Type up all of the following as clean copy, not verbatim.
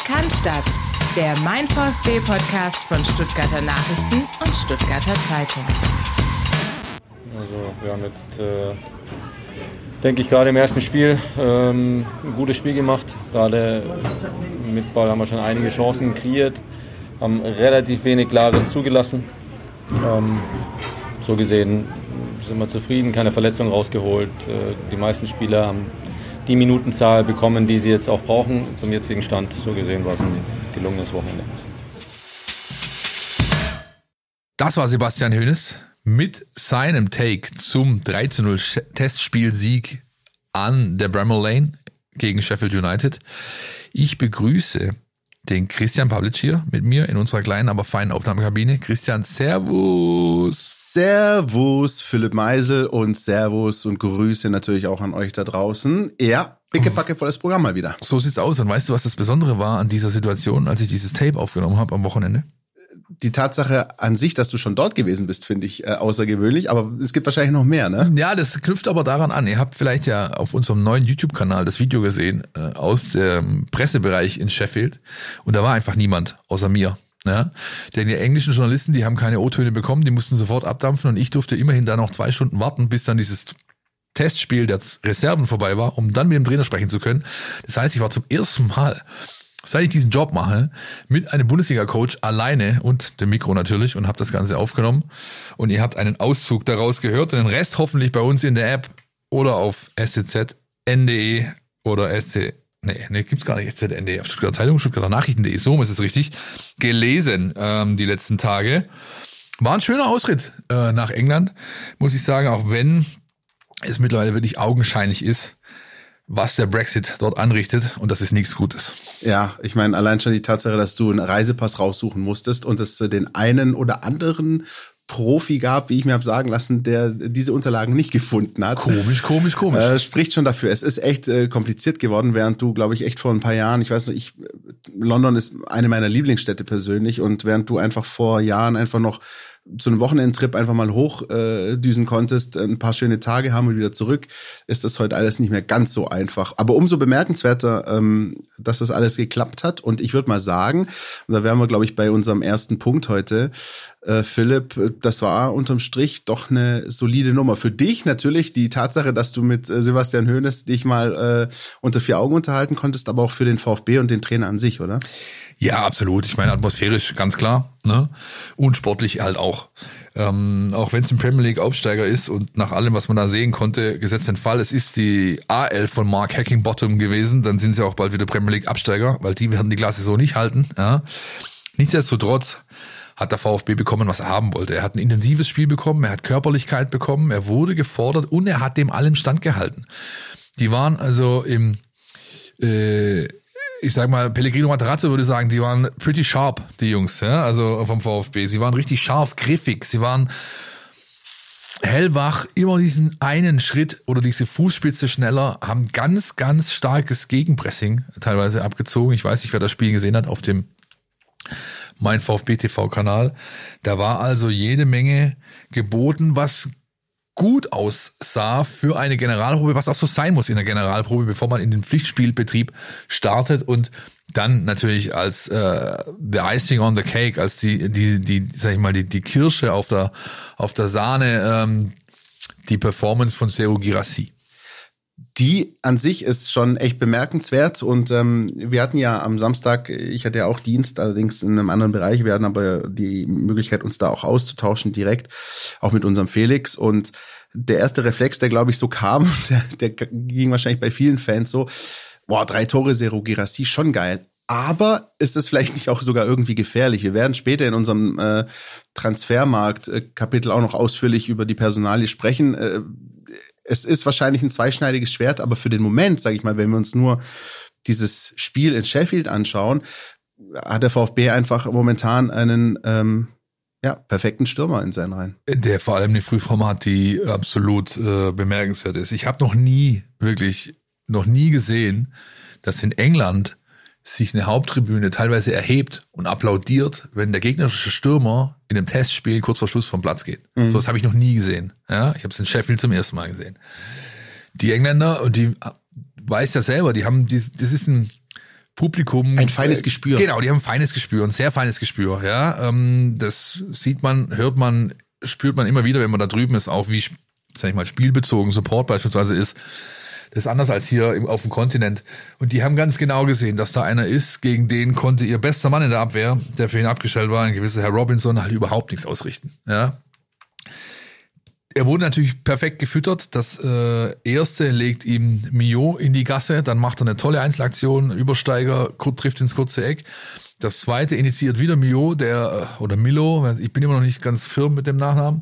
Cannstatt, der Mein VfB-Podcast von Stuttgarter Nachrichten und Stuttgarter Zeitung. Also wir haben jetzt, denke ich, gerade im ersten Spiel ein gutes Spiel gemacht. Gerade mit Ball haben wir schon einige Chancen kreiert, haben relativ wenig Klares zugelassen. So gesehen sind wir zufrieden, keine Verletzung rausgeholt. Die meisten Spieler haben die Minutenzahl bekommen, die sie jetzt auch brauchen zum jetzigen Stand. So gesehen war es ein gelungenes Wochenende. Das war Sebastian Hoeneß mit seinem Take zum 3:0 Testspielsieg an der Bramall Lane gegen Sheffield United. Ich begrüße den Christian Pavlic hier mit mir in unserer kleinen, aber feinen Aufnahmekabine. Christian, servus. Servus, Philipp Meisel, und servus und Grüße natürlich auch an euch da draußen. Ja, pickepacke volles Programm mal wieder. So sieht's aus. Und weißt du, was das Besondere war an dieser Situation, als ich dieses Tape aufgenommen habe am Wochenende? Die Tatsache an sich, dass du schon dort gewesen bist, finde ich außergewöhnlich, aber es gibt wahrscheinlich noch mehr, ne? Ja, das knüpft aber daran an. Ihr habt vielleicht ja auf unserem neuen YouTube-Kanal das Video gesehen aus dem Pressebereich in Sheffield, und da war einfach niemand außer mir. Ja? Denn die englischen Journalisten, die haben keine O-Töne bekommen, die mussten sofort abdampfen, und ich durfte immerhin da noch 2 Stunden warten, bis dann dieses Testspiel der Reserven vorbei war, um dann mit dem Trainer sprechen zu können. Das heißt, ich war zum ersten Mal, seit ich diesen Job mache, mit einem Bundesliga-Coach alleine und dem Mikro natürlich, und habe das Ganze aufgenommen. Und ihr habt einen Auszug daraus gehört, und den Rest hoffentlich bei uns in der App oder auf SCZ.de oder gibt's gar nicht, SCZ.de, auf Stuttgarter Zeitung, Stuttgarter Nachrichten.de, so ist es richtig, gelesen die letzten Tage. War ein schöner Ausritt nach England, muss ich sagen, auch wenn es mittlerweile wirklich augenscheinlich ist, was der Brexit dort anrichtet, und das ist nichts Gutes. Ja, ich meine, allein schon die Tatsache, dass du einen Reisepass raussuchen musstest und es den einen oder anderen Profi gab, wie ich mir habe sagen lassen, der diese Unterlagen nicht gefunden hat. Komisch. Spricht schon dafür. Es ist echt kompliziert geworden, während du, glaube ich, echt vor ein paar Jahren, ich weiß noch, London ist eine meiner Lieblingsstädte persönlich, und während du einfach vor Jahren einfach noch zu einem Wochenendtrip einfach mal hochdüsen konntest, ein paar schöne Tage haben und wieder zurück, ist das heute alles nicht mehr ganz so einfach. Aber umso bemerkenswerter, dass das alles geklappt hat. Und ich würde mal sagen, und da wären wir, glaube ich, bei unserem ersten Punkt heute, Philipp, das war unterm Strich doch eine solide Nummer. Für dich natürlich die Tatsache, dass du mit Sebastian Hoeneß dich mal unter 4 Augen unterhalten konntest, aber auch für den VfB und den Trainer an sich, oder? Ja, absolut. Ich meine, atmosphärisch ganz klar, ne? Und sportlich halt auch. Auch wenn es ein Premier League Aufsteiger ist, und nach allem, was man da sehen konnte, gesetzt den Fall, es ist die A11 von Mark Heckingbottom gewesen, dann sind sie auch bald wieder Premier League Absteiger, weil die werden die Klasse so nicht halten. Ja. Nichtsdestotrotz hat der VfB bekommen, was er haben wollte. Er hat ein intensives Spiel bekommen, er hat Körperlichkeit bekommen, er wurde gefordert, und er hat dem allem standgehalten. Die waren also ich sag mal, Pellegrino Matarazzo würde sagen, die waren pretty sharp, die Jungs, ja, also vom VfB. Sie waren richtig scharf, griffig, sie waren hellwach, immer diesen einen Schritt oder diese Fußspitze schneller, haben ganz, ganz starkes Gegenpressing teilweise abgezogen. Ich weiß nicht, wer das Spiel gesehen hat auf dem Mein VfB TV-Kanal. Da war also jede Menge geboten, was gut aussah für eine Generalprobe, was auch so sein muss in der Generalprobe, bevor man in den Pflichtspielbetrieb startet, und dann natürlich als the icing on the cake, als die sag ich mal, die Kirsche auf der Sahne, die Performance von Serhou Guirassy. Die an sich ist schon echt bemerkenswert, und wir hatten ja am Samstag, ich hatte ja auch Dienst, allerdings in einem anderen Bereich, wir hatten aber die Möglichkeit, uns da auch auszutauschen direkt, auch mit unserem Felix, und der erste Reflex, der glaube ich so kam, der ging wahrscheinlich bei vielen Fans so, 3 Tore Serhou Guirassy, schon geil. Aber ist es vielleicht nicht auch sogar irgendwie gefährlich? Wir werden später in unserem Transfermarkt-Kapitel auch noch ausführlich über die Personalie sprechen. Es ist wahrscheinlich ein zweischneidiges Schwert, aber für den Moment, sage ich mal, wenn wir uns nur dieses Spiel in Sheffield anschauen, hat der VfB einfach momentan einen perfekten Stürmer in seinen Reihen. Der vor allem eine Frühform hat, die absolut bemerkenswert ist. Ich habe noch nie gesehen, dass in England sich eine Haupttribüne teilweise erhebt und applaudiert, wenn der gegnerische Stürmer in einem Testspiel kurz vor Schluss vom Platz geht. So was habe ich noch nie gesehen. Ja, ich habe es in Sheffield zum ersten Mal gesehen. Die Engländer, und die weiß ja selber, die haben das ist ein Publikum. Ein feines Gespür. Genau, die haben ein feines Gespür, ein sehr feines Gespür. Ja, das sieht man, hört man, spürt man immer wieder, wenn man da drüben ist, auch wie, sag ich mal, spielbezogen Support beispielsweise ist. Das ist anders als hier auf dem Kontinent. Und die haben ganz genau gesehen, dass da einer ist, gegen den konnte ihr bester Mann in der Abwehr, der für ihn abgestellt war, ein gewisser Herr Robinson, halt überhaupt nichts ausrichten. Ja. Er wurde natürlich perfekt gefüttert. Das erste legt ihm Mio in die Gasse, dann macht er eine tolle Einzelaktion, Übersteiger, trifft ins kurze Eck. Das zweite initiiert wieder Mio, oder Milo, ich bin immer noch nicht ganz firm mit dem Nachnamen,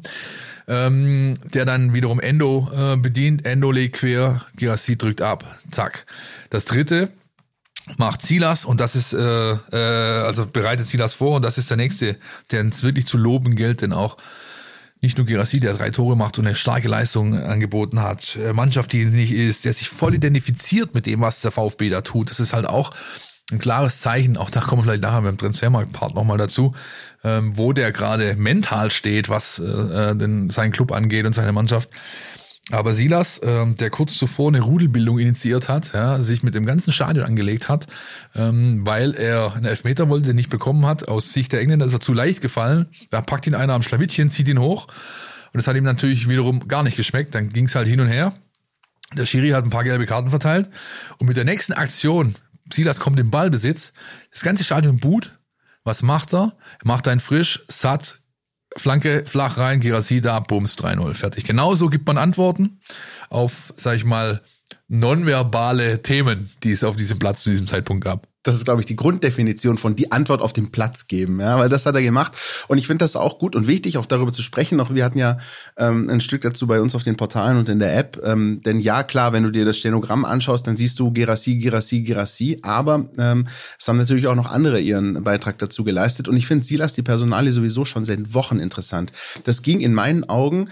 der dann wiederum Endo bedient. Endo legt quer, Guirassy drückt ab, zack. Das dritte macht Silas und das ist, also bereitet Silas vor und das ist der nächste, der uns wirklich zu loben gilt, denn auch nicht nur Guirassy, der 3 Tore macht und eine starke Leistung angeboten hat, Mannschaft, die nicht ist, der sich voll identifiziert mit dem, was der VfB da tut. Das ist halt auch ein klares Zeichen, auch da kommen wir vielleicht nachher beim Transfermarkt-Part nochmal dazu, wo der gerade mental steht, was seinen Club angeht und seine Mannschaft. Aber Silas, der kurz zuvor eine Rudelbildung initiiert hat, ja, sich mit dem ganzen Stadion angelegt hat, weil er einen Elfmeter wollte, den nicht bekommen hat. Aus Sicht der Engländer ist er zu leicht gefallen. Da packt ihn einer am Schlawittchen, zieht ihn hoch. Und das hat ihm natürlich wiederum gar nicht geschmeckt. Dann ging es halt hin und her. Der Schiri hat ein paar gelbe Karten verteilt. Und mit der nächsten Aktion, Silas kommt im Ballbesitz, das ganze Stadion buht. Was macht er? Er macht einen frisch, satt, Flanke flach rein, Guirassy da, Bums, 3-0, fertig. Genauso gibt man Antworten auf, sag ich mal, nonverbale Themen, die es auf diesem Platz zu diesem Zeitpunkt gab. Das ist, glaube ich, die Grunddefinition von die Antwort auf den Platz geben, ja, weil das hat er gemacht. Und ich finde das auch gut und wichtig, auch darüber zu sprechen. Auch wir hatten ja ein Stück dazu bei uns auf den Portalen und in der App. Denn ja, klar, wenn du dir das Stenogramm anschaust, dann siehst du Guirassy. Aber es haben natürlich auch noch andere ihren Beitrag dazu geleistet. Und ich finde Silas, die Personalie, sowieso schon seit Wochen interessant. Das ging in meinen Augen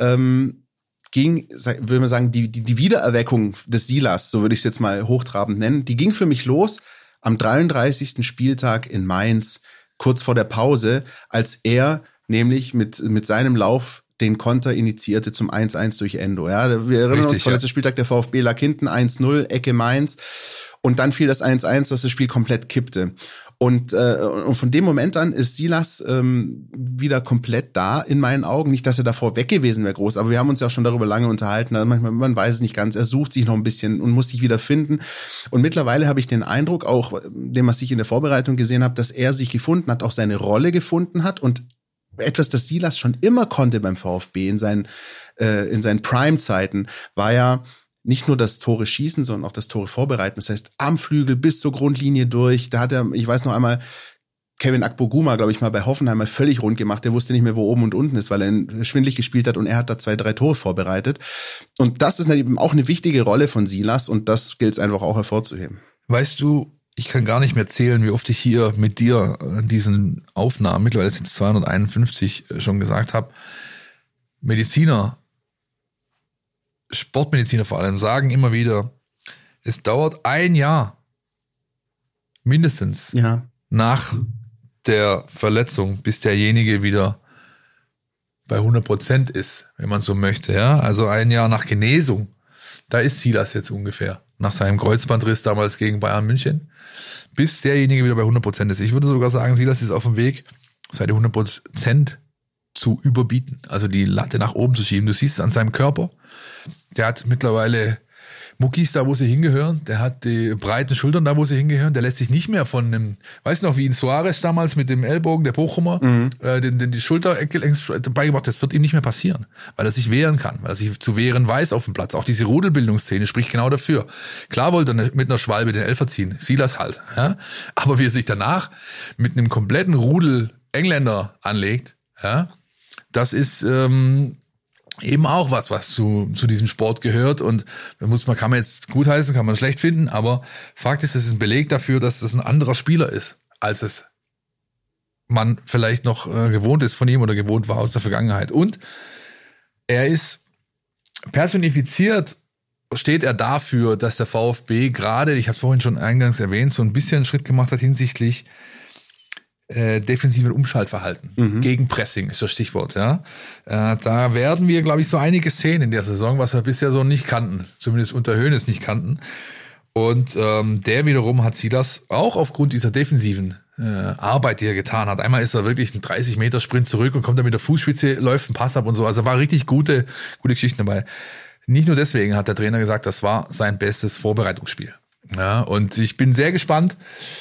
würde man sagen, die Wiedererweckung des Silas, so würde ich es jetzt mal hochtrabend nennen, die ging für mich los am 33. Spieltag in Mainz, kurz vor der Pause, als er nämlich mit seinem Lauf den Konter initiierte zum 1-1 durch Endo. Ja, wir erinnern uns, vorletzter Spieltag, der VfB lag hinten, 1-0, Ecke Mainz. Und dann fiel das 1-1, dass das Spiel komplett kippte. Und von dem Moment an ist Silas wieder komplett da in meinen Augen. Nicht, dass er davor weg gewesen wäre groß, aber wir haben uns ja auch schon darüber lange unterhalten. Also manchmal, man weiß es nicht ganz. Er sucht sich noch ein bisschen und muss sich wieder finden. Und mittlerweile habe ich den Eindruck, auch dem, was ich in der Vorbereitung gesehen habe, dass er sich gefunden hat, auch seine Rolle gefunden hat. Und etwas, das Silas schon immer konnte beim VfB in seinen Prime-Zeiten, war ja nicht nur das Tore schießen, sondern auch das Tore vorbereiten. Das heißt, am Flügel bis zur Grundlinie durch. Da hat er, ich weiß noch einmal, Kevin Akpoguma, glaube ich, mal bei Hoffenheim mal völlig rund gemacht. Der wusste nicht mehr, wo oben und unten ist, weil er schwindelig gespielt hat und er hat da 2-3 Tore vorbereitet. Und das ist eben auch eine wichtige Rolle von Silas und das gilt es einfach auch hervorzuheben. Weißt du, ich kann gar nicht mehr zählen, wie oft ich hier mit dir in diesen Aufnahmen, mittlerweile sind es 251, schon gesagt habe, Sportmediziner vor allem, sagen immer wieder, es dauert 1 Jahr mindestens nach der Verletzung, bis derjenige wieder bei 100% ist, wenn man so möchte. Ja? Also 1 Jahr nach Genesung, da ist Silas jetzt ungefähr, nach seinem Kreuzbandriss damals gegen Bayern München, bis derjenige wieder bei 100% ist. Ich würde sogar sagen, Silas ist auf dem Weg, seine 100% zu überbieten, also die Latte nach oben zu schieben. Du siehst es an seinem Körper. Der hat mittlerweile Muckis da, wo sie hingehören. Der hat die breiten Schultern da, wo sie hingehören. Der lässt sich nicht mehr von einem, weißt du noch, wie in Suarez damals mit dem Ellbogen, der Bochumer, die Schulterecke dabei gemacht. Das wird ihm nicht mehr passieren, weil er sich wehren kann, weil er sich zu wehren weiß auf dem Platz. Auch diese Rudelbildungsszene spricht genau dafür. Klar wollte er mit einer Schwalbe den Elfer ziehen, Silas halt. Ja? Aber wie er sich danach mit einem kompletten Rudel Engländer anlegt, ja, das ist eben auch was zu diesem Sport gehört und kann man jetzt gutheißen, kann man schlecht finden, aber Fakt ist, es ist ein Beleg dafür, dass das ein anderer Spieler ist, als es man vielleicht noch gewohnt ist von ihm oder gewohnt war aus der Vergangenheit. Und er ist personifiziert, steht er dafür, dass der VfB gerade, ich habe es vorhin schon eingangs erwähnt, so ein bisschen einen Schritt gemacht hat hinsichtlich defensiven Umschaltverhalten. Gegenpressing ist das Stichwort, ja. Da werden wir, glaube ich, so einiges sehen in der Saison, was wir bisher so nicht kannten. Zumindest unter Hoeneß nicht kannten. Und der wiederum hat Silas auch aufgrund dieser defensiven Arbeit, die er getan hat. Einmal ist er wirklich einen 30-Meter-Sprint zurück und kommt dann mit der Fußspitze, läuft einen Pass ab und so. Also war richtig gute Geschichten dabei. Nicht nur deswegen hat der Trainer gesagt, das war sein bestes Vorbereitungsspiel. Ja, und ich bin sehr gespannt,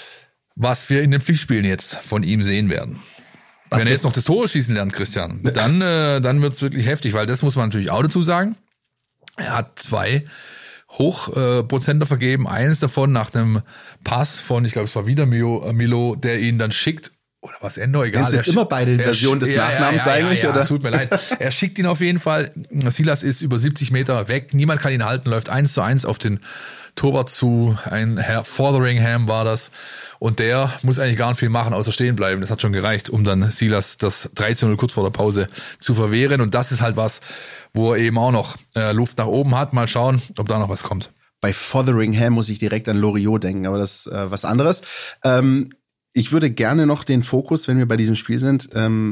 was wir in den Pflichtspielen jetzt von ihm sehen werden. Wenn er jetzt noch das Tore schießen lernt, Christian, dann wird's wirklich heftig, weil das muss man natürlich auch dazu sagen. Er hat 2 Hochprozenter vergeben, eines davon nach einem Pass von, ich glaube, es war wieder Milo, der ihn dann schickt, oder was, egal. Kennst du jetzt immer beide Versionen des Nachnamens eigentlich, oder? Ja, tut mir leid. Er schickt ihn auf jeden Fall. Silas ist über 70 Meter weg, niemand kann ihn halten, läuft 1:1 auf den Torwart zu, ein Herr Fotheringham war das, und der muss eigentlich gar nicht viel machen, außer stehen bleiben. Das hat schon gereicht, um dann Silas das 3:0 kurz vor der Pause zu verwehren, und das ist halt was, wo er eben auch noch Luft nach oben hat. Mal schauen, ob da noch was kommt. Bei Fotheringham muss ich direkt an Loriot denken, aber das ist was anderes. Ich würde gerne noch den Fokus, wenn wir bei diesem Spiel sind,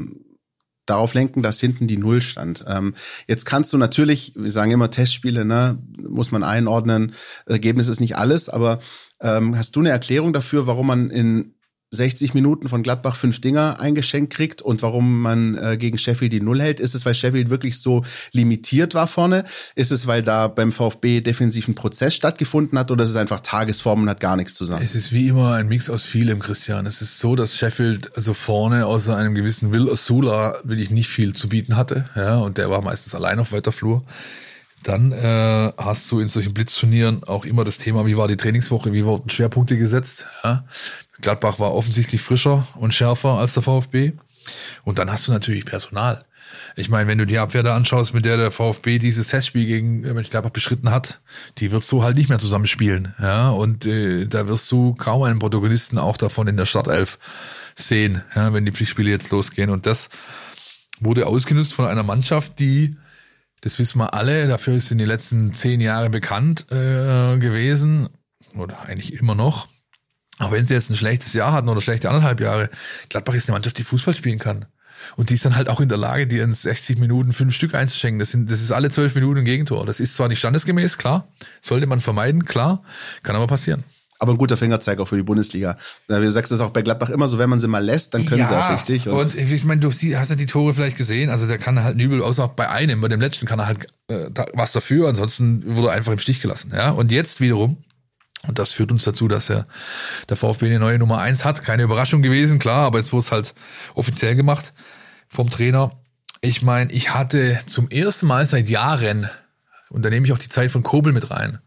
darauf lenken, dass hinten die Null stand. Jetzt kannst du natürlich, wir sagen immer Testspiele, ne, muss man einordnen, Ergebnis ist nicht alles, aber hast du eine Erklärung dafür, warum man in 60 Minuten von Gladbach 5 Dinger eingeschenkt kriegt und warum man gegen Sheffield die Null hält? Ist es, weil Sheffield wirklich so limitiert war vorne? Ist es, weil da beim VfB defensiv ein Prozess stattgefunden hat, oder ist es einfach Tagesform und hat gar nichts zusammen? Es ist wie immer ein Mix aus vielem, Christian. Es ist so, dass Sheffield also vorne außer einem gewissen Will Osula wirklich nicht viel zu bieten hatte, ja, und der war meistens allein auf weiter Flur. Dann hast du in solchen Blitzturnieren auch immer das Thema, wie war die Trainingswoche, wie wurden Schwerpunkte gesetzt. Ja? Gladbach war offensichtlich frischer und schärfer als der VfB. Und dann hast du natürlich Personal. Ich meine, wenn du die Abwehr da anschaust, mit der VfB dieses Testspiel gegen Gladbach beschritten hat, die wird so halt nicht mehr zusammenspielen. Ja? Und da wirst du kaum einen Protagonisten auch davon in der Startelf sehen, ja, wenn die Pflichtspiele jetzt losgehen. Und das wurde ausgenutzt von einer Mannschaft, die, das wissen wir alle, dafür ist in den letzten 10 Jahren bekannt gewesen, oder eigentlich immer noch. Aber wenn sie jetzt ein schlechtes Jahr hatten oder schlechte 1,5 Jahre, Gladbach ist eine Mannschaft, die Fußball spielen kann. Und die ist dann halt auch in der Lage, dir in 60 Minuten 5 Stück einzuschenken. Das ist alle 12 Minuten ein Gegentor. Das ist zwar nicht standesgemäß, klar, sollte man vermeiden, klar, kann aber passieren. Aber ein guter Fingerzeig auch für die Bundesliga. Wie du sagst, das ist auch bei Gladbach immer so, wenn man sie mal lässt, dann können sie auch richtig. Und ich meine, du hast ja die Tore vielleicht gesehen, also der kann halt Nübel, außer auch bei einem, bei dem letzten kann er halt was dafür, ansonsten wurde er einfach im Stich gelassen. Ja? Und jetzt wiederum, und das führt uns dazu, dass der VfB eine neue Nummer 1 hat. Keine Überraschung gewesen, klar, aber jetzt wurde es halt offiziell gemacht vom Trainer. Ich meine, ich hatte zum ersten Mal seit Jahren, und da nehme ich auch die Zeit von Kobel mit rein,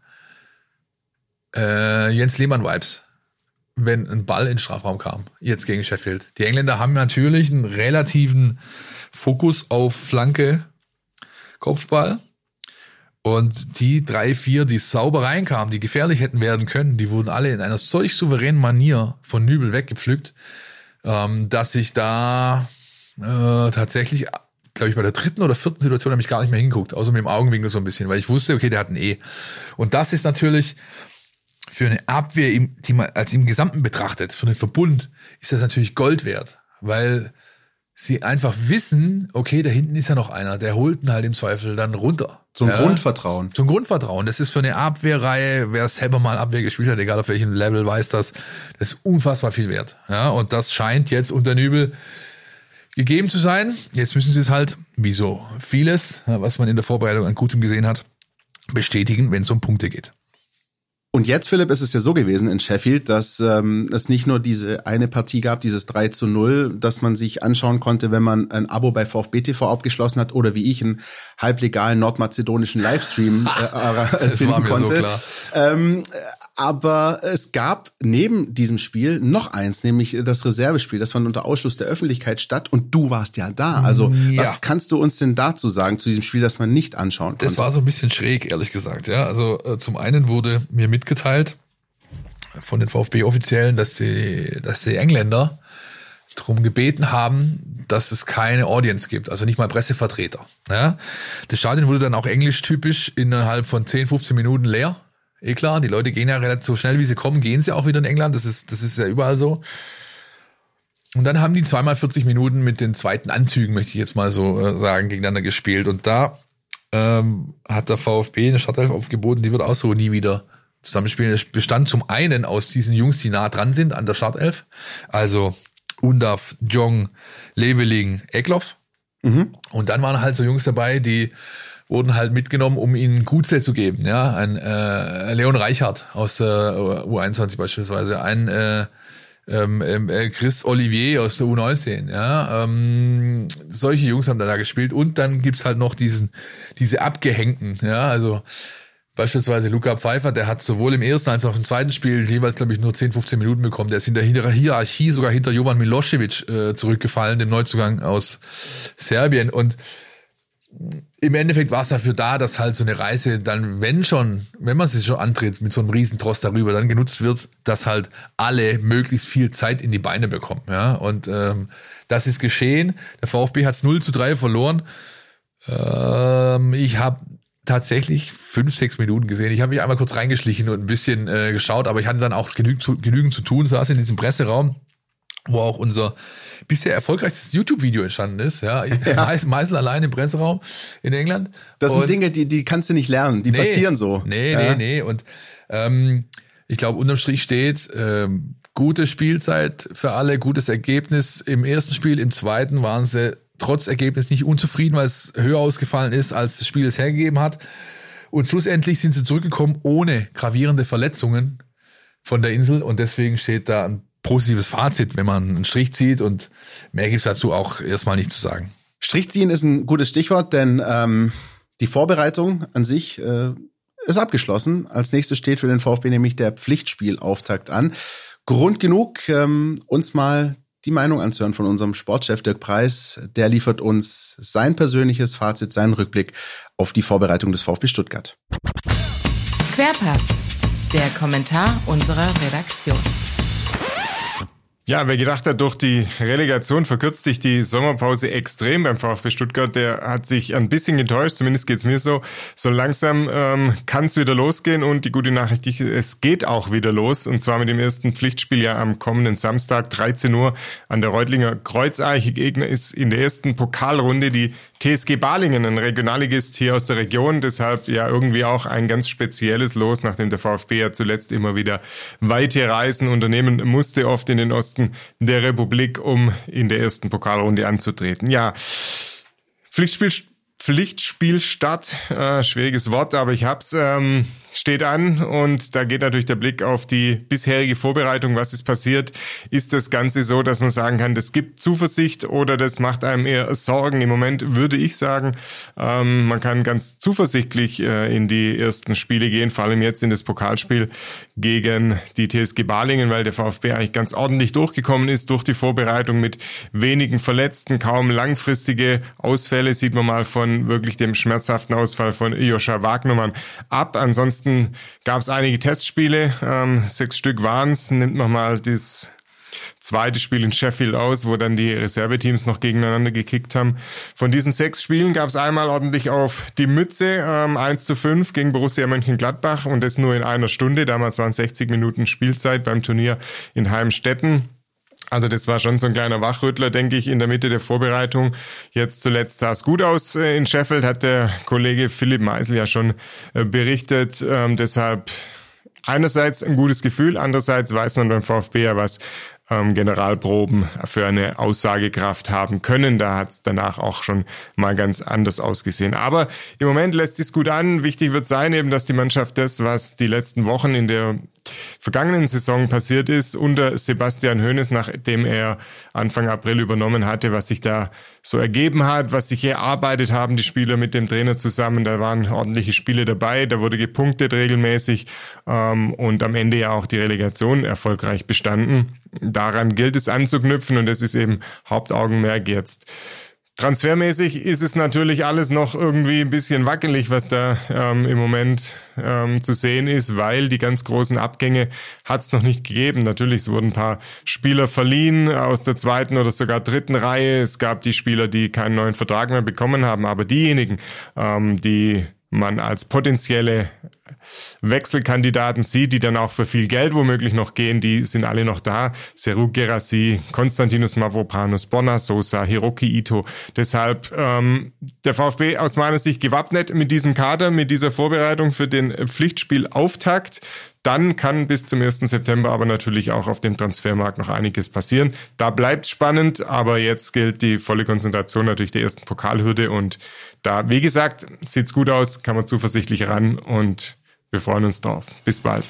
Jens Lehmann-Vibes, wenn ein Ball in den Strafraum kam, jetzt gegen Sheffield. Die Engländer haben natürlich einen relativen Fokus auf Flanke, Kopfball. Und die 3, 4, die sauber reinkamen, die gefährlich hätten werden können, die wurden alle in einer solch souveränen Manier von Nübel weggepflückt, dass ich da tatsächlich, glaube ich, bei der 3. oder 4. Situation habe ich gar nicht mehr hingeguckt, außer mit dem Augenwinkel so ein bisschen, weil ich wusste, okay, der hat ein E. Und das ist natürlich für eine Abwehr, die man als im Gesamten betrachtet, für einen Verbund, ist das natürlich Gold wert, weil sie einfach wissen, okay, da hinten ist ja noch einer, der holt ihn halt im Zweifel dann runter. Zum Grundvertrauen. Zum Grundvertrauen. Das ist für eine Abwehrreihe, wer selber mal Abwehr gespielt hat, egal auf welchem Level, weiß das ist unfassbar viel wert. Ja, und das scheint jetzt unter Nübel gegeben zu sein. Jetzt müssen sie es halt, wie so vieles, was man in der Vorbereitung an Gutem gesehen hat, bestätigen, wenn es um Punkte geht. Und jetzt, Philipp, ist es ja so gewesen in Sheffield, dass es nicht nur diese eine Partie gab, dieses 3:0, dass man sich anschauen konnte, wenn man ein Abo bei VfB TV abgeschlossen hat oder wie ich einen halblegalen nordmazedonischen Livestream finden konnte. So klar. Aber es gab neben diesem Spiel noch eins, nämlich das Reservespiel. Das fand unter Ausschluss der Öffentlichkeit statt und du warst ja da. Also was kannst du uns denn dazu sagen, zu diesem Spiel, das man nicht anschauen konnte? Das war so ein bisschen schräg, ehrlich gesagt. Ja, also zum einen wurde mir mitgeteilt von den VfB-Offiziellen, dass die Engländer darum gebeten haben, dass es keine Audience gibt, also nicht mal Pressevertreter. Ja? Das Stadion wurde dann auch englisch-typisch innerhalb von 10, 15 Minuten leer. Klar, die Leute gehen ja relativ so schnell, wie sie kommen, gehen sie auch wieder in England. Das ist ja überall so. Und dann haben die 2x 40 Minuten mit den zweiten Anzügen, möchte ich jetzt mal so sagen, gegeneinander gespielt. Und da hat der VfB eine Startelf aufgeboten, die wird auch so nie wieder Zusammenspielen. Das bestand zum einen aus diesen Jungs, die nah dran sind an der Startelf. Also Undav, Jong, Leveling, Ekloff. Und dann waren halt so Jungs dabei, die wurden halt mitgenommen, um ihnen Gutset zu geben. Ja, ein Leon Reichhardt aus der U21 beispielsweise, ein Chris Olivier aus der U19. Ja, solche Jungs haben da gespielt. Und dann gibt's halt noch diese Abgehängten. Ja, also beispielsweise Luca Pfeiffer, der hat sowohl im ersten als auch im zweiten Spiel jeweils, glaube ich, nur 10, 15 Minuten bekommen. Der ist in der Hierarchie sogar hinter Jovan Milosevic zurückgefallen, dem Neuzugang aus Serbien. Und im Endeffekt war es dafür da, dass halt so eine Reise dann, wenn man sie schon antritt mit so einem Riesentross darüber, dann genutzt wird, dass halt alle möglichst viel Zeit in die Beine bekommen. Ja, und das ist geschehen. Der VfB hat es 0-3 verloren. Ich habe tatsächlich 5-6 Minuten gesehen. Ich habe mich einmal kurz reingeschlichen und ein bisschen geschaut, aber ich hatte dann auch genügend zu tun, saß in diesem Presseraum, wo auch unser bisher erfolgreichstes YouTube-Video entstanden ist. Ja, Meißel allein im Presseraum in England. Das sind Dinge, die kannst du nicht lernen, die passieren so. Nee. Und ich glaube, unterm Strich steht gute Spielzeit für alle, gutes Ergebnis im ersten Spiel. Im zweiten waren sie trotz Ergebnis nicht unzufrieden, weil es höher ausgefallen ist, als das Spiel es hergegeben hat. Und schlussendlich sind sie zurückgekommen ohne gravierende Verletzungen von der Insel. Und deswegen steht da ein positives Fazit, wenn man einen Strich zieht. Und mehr gibt's dazu auch erstmal nicht zu sagen. Strich ziehen ist ein gutes Stichwort, denn die Vorbereitung an sich ist abgeschlossen. Als nächstes steht für den VfB nämlich der Pflichtspielauftakt an. Grund genug, uns mal die Meinung anzuhören von unserem Sportchef Dirk Preiss. Der liefert uns sein persönliches Fazit, seinen Rückblick auf die Vorbereitung des VfB Stuttgart. Querpass, der Kommentar unserer Redaktion. Ja, wer gedacht hat, durch die Relegation verkürzt sich die Sommerpause extrem beim VfB Stuttgart, der hat sich ein bisschen getäuscht, zumindest geht's mir so. So langsam kann's wieder losgehen und die gute Nachricht, es geht auch wieder los und zwar mit dem ersten Pflichtspiel ja am kommenden Samstag, 13 Uhr an der Reutlinger Kreuzeiche. Gegner ist in der ersten Pokalrunde die TSG Balingen, ein Regionalligist hier aus der Region, deshalb ja irgendwie auch ein ganz spezielles Los, nachdem der VfB ja zuletzt immer wieder weite Reisen unternehmen musste, oft in den Osten der Republik, um in der ersten Pokalrunde anzutreten. Ja, Pflichtspielstart, schwieriges Wort, aber ich hab's, steht an und da geht natürlich der Blick auf die bisherige Vorbereitung, was ist passiert. Ist das Ganze so, dass man sagen kann, das gibt Zuversicht oder das macht einem eher Sorgen? Im Moment würde ich sagen, man kann ganz zuversichtlich in die ersten Spiele gehen, vor allem jetzt in das Pokalspiel gegen die TSG Balingen, weil der VfB eigentlich ganz ordentlich durchgekommen ist durch die Vorbereitung mit wenigen Verletzten, kaum langfristige Ausfälle, sieht man mal von wirklich dem schmerzhaften Ausfall von Joscha Wagnermann ab. Ansonsten gab es einige Testspiele, 6 Stück waren es. Nimmt man mal das zweite Spiel in Sheffield aus, wo dann die Reserveteams noch gegeneinander gekickt haben. Von diesen 6 Spielen gab es einmal ordentlich auf die Mütze, 1:5 gegen Borussia Mönchengladbach und das nur in einer Stunde. Damals waren 60 Minuten Spielzeit beim Turnier in Heimstetten. Also das war schon so ein kleiner Wachrüttler, denke ich, in der Mitte der Vorbereitung. Jetzt zuletzt sah es gut aus in Sheffield, hat der Kollege Philipp Meißel ja schon berichtet. Deshalb einerseits ein gutes Gefühl, andererseits weiß man beim VfB ja, was Generalproben für eine Aussagekraft haben können. Da hat es danach auch schon mal ganz anders ausgesehen. Aber im Moment lässt es gut an. Wichtig wird sein eben, dass die Mannschaft das, was die letzten Wochen in der vergangenen Saison passiert ist, unter Sebastian Hoeneß, nachdem er Anfang April übernommen hatte, was sich da so ergeben hat, was sich erarbeitet haben, die Spieler mit dem Trainer zusammen. Da waren ordentliche Spiele dabei, da wurde gepunktet regelmäßig und am Ende ja auch die Relegation erfolgreich bestanden. Daran gilt es anzuknüpfen und das ist eben Hauptaugenmerk jetzt. Transfermäßig ist es natürlich alles noch irgendwie ein bisschen wackelig, was da im Moment zu sehen ist, weil die ganz großen Abgänge hat es noch nicht gegeben. Natürlich, es wurden ein paar Spieler verliehen aus der zweiten oder sogar dritten Reihe. Es gab die Spieler, die keinen neuen Vertrag mehr bekommen haben, aber diejenigen, die man als potenzielle Wechselkandidaten sieht, die dann auch für viel Geld womöglich noch gehen, die sind alle noch da. Serhou Guirassy, Konstantinos Mavropanos, Borna Sosa, Hiroki Ito. Deshalb der VfB aus meiner Sicht gewappnet mit diesem Kader, mit dieser Vorbereitung für den Pflichtspielauftakt. Dann kann bis zum 1. September aber natürlich auch auf dem Transfermarkt noch einiges passieren. Da bleibt spannend, aber jetzt gilt die volle Konzentration natürlich der ersten Pokalhürde und da, wie gesagt, sieht's gut aus, kann man zuversichtlich ran und wir freuen uns drauf. Bis bald.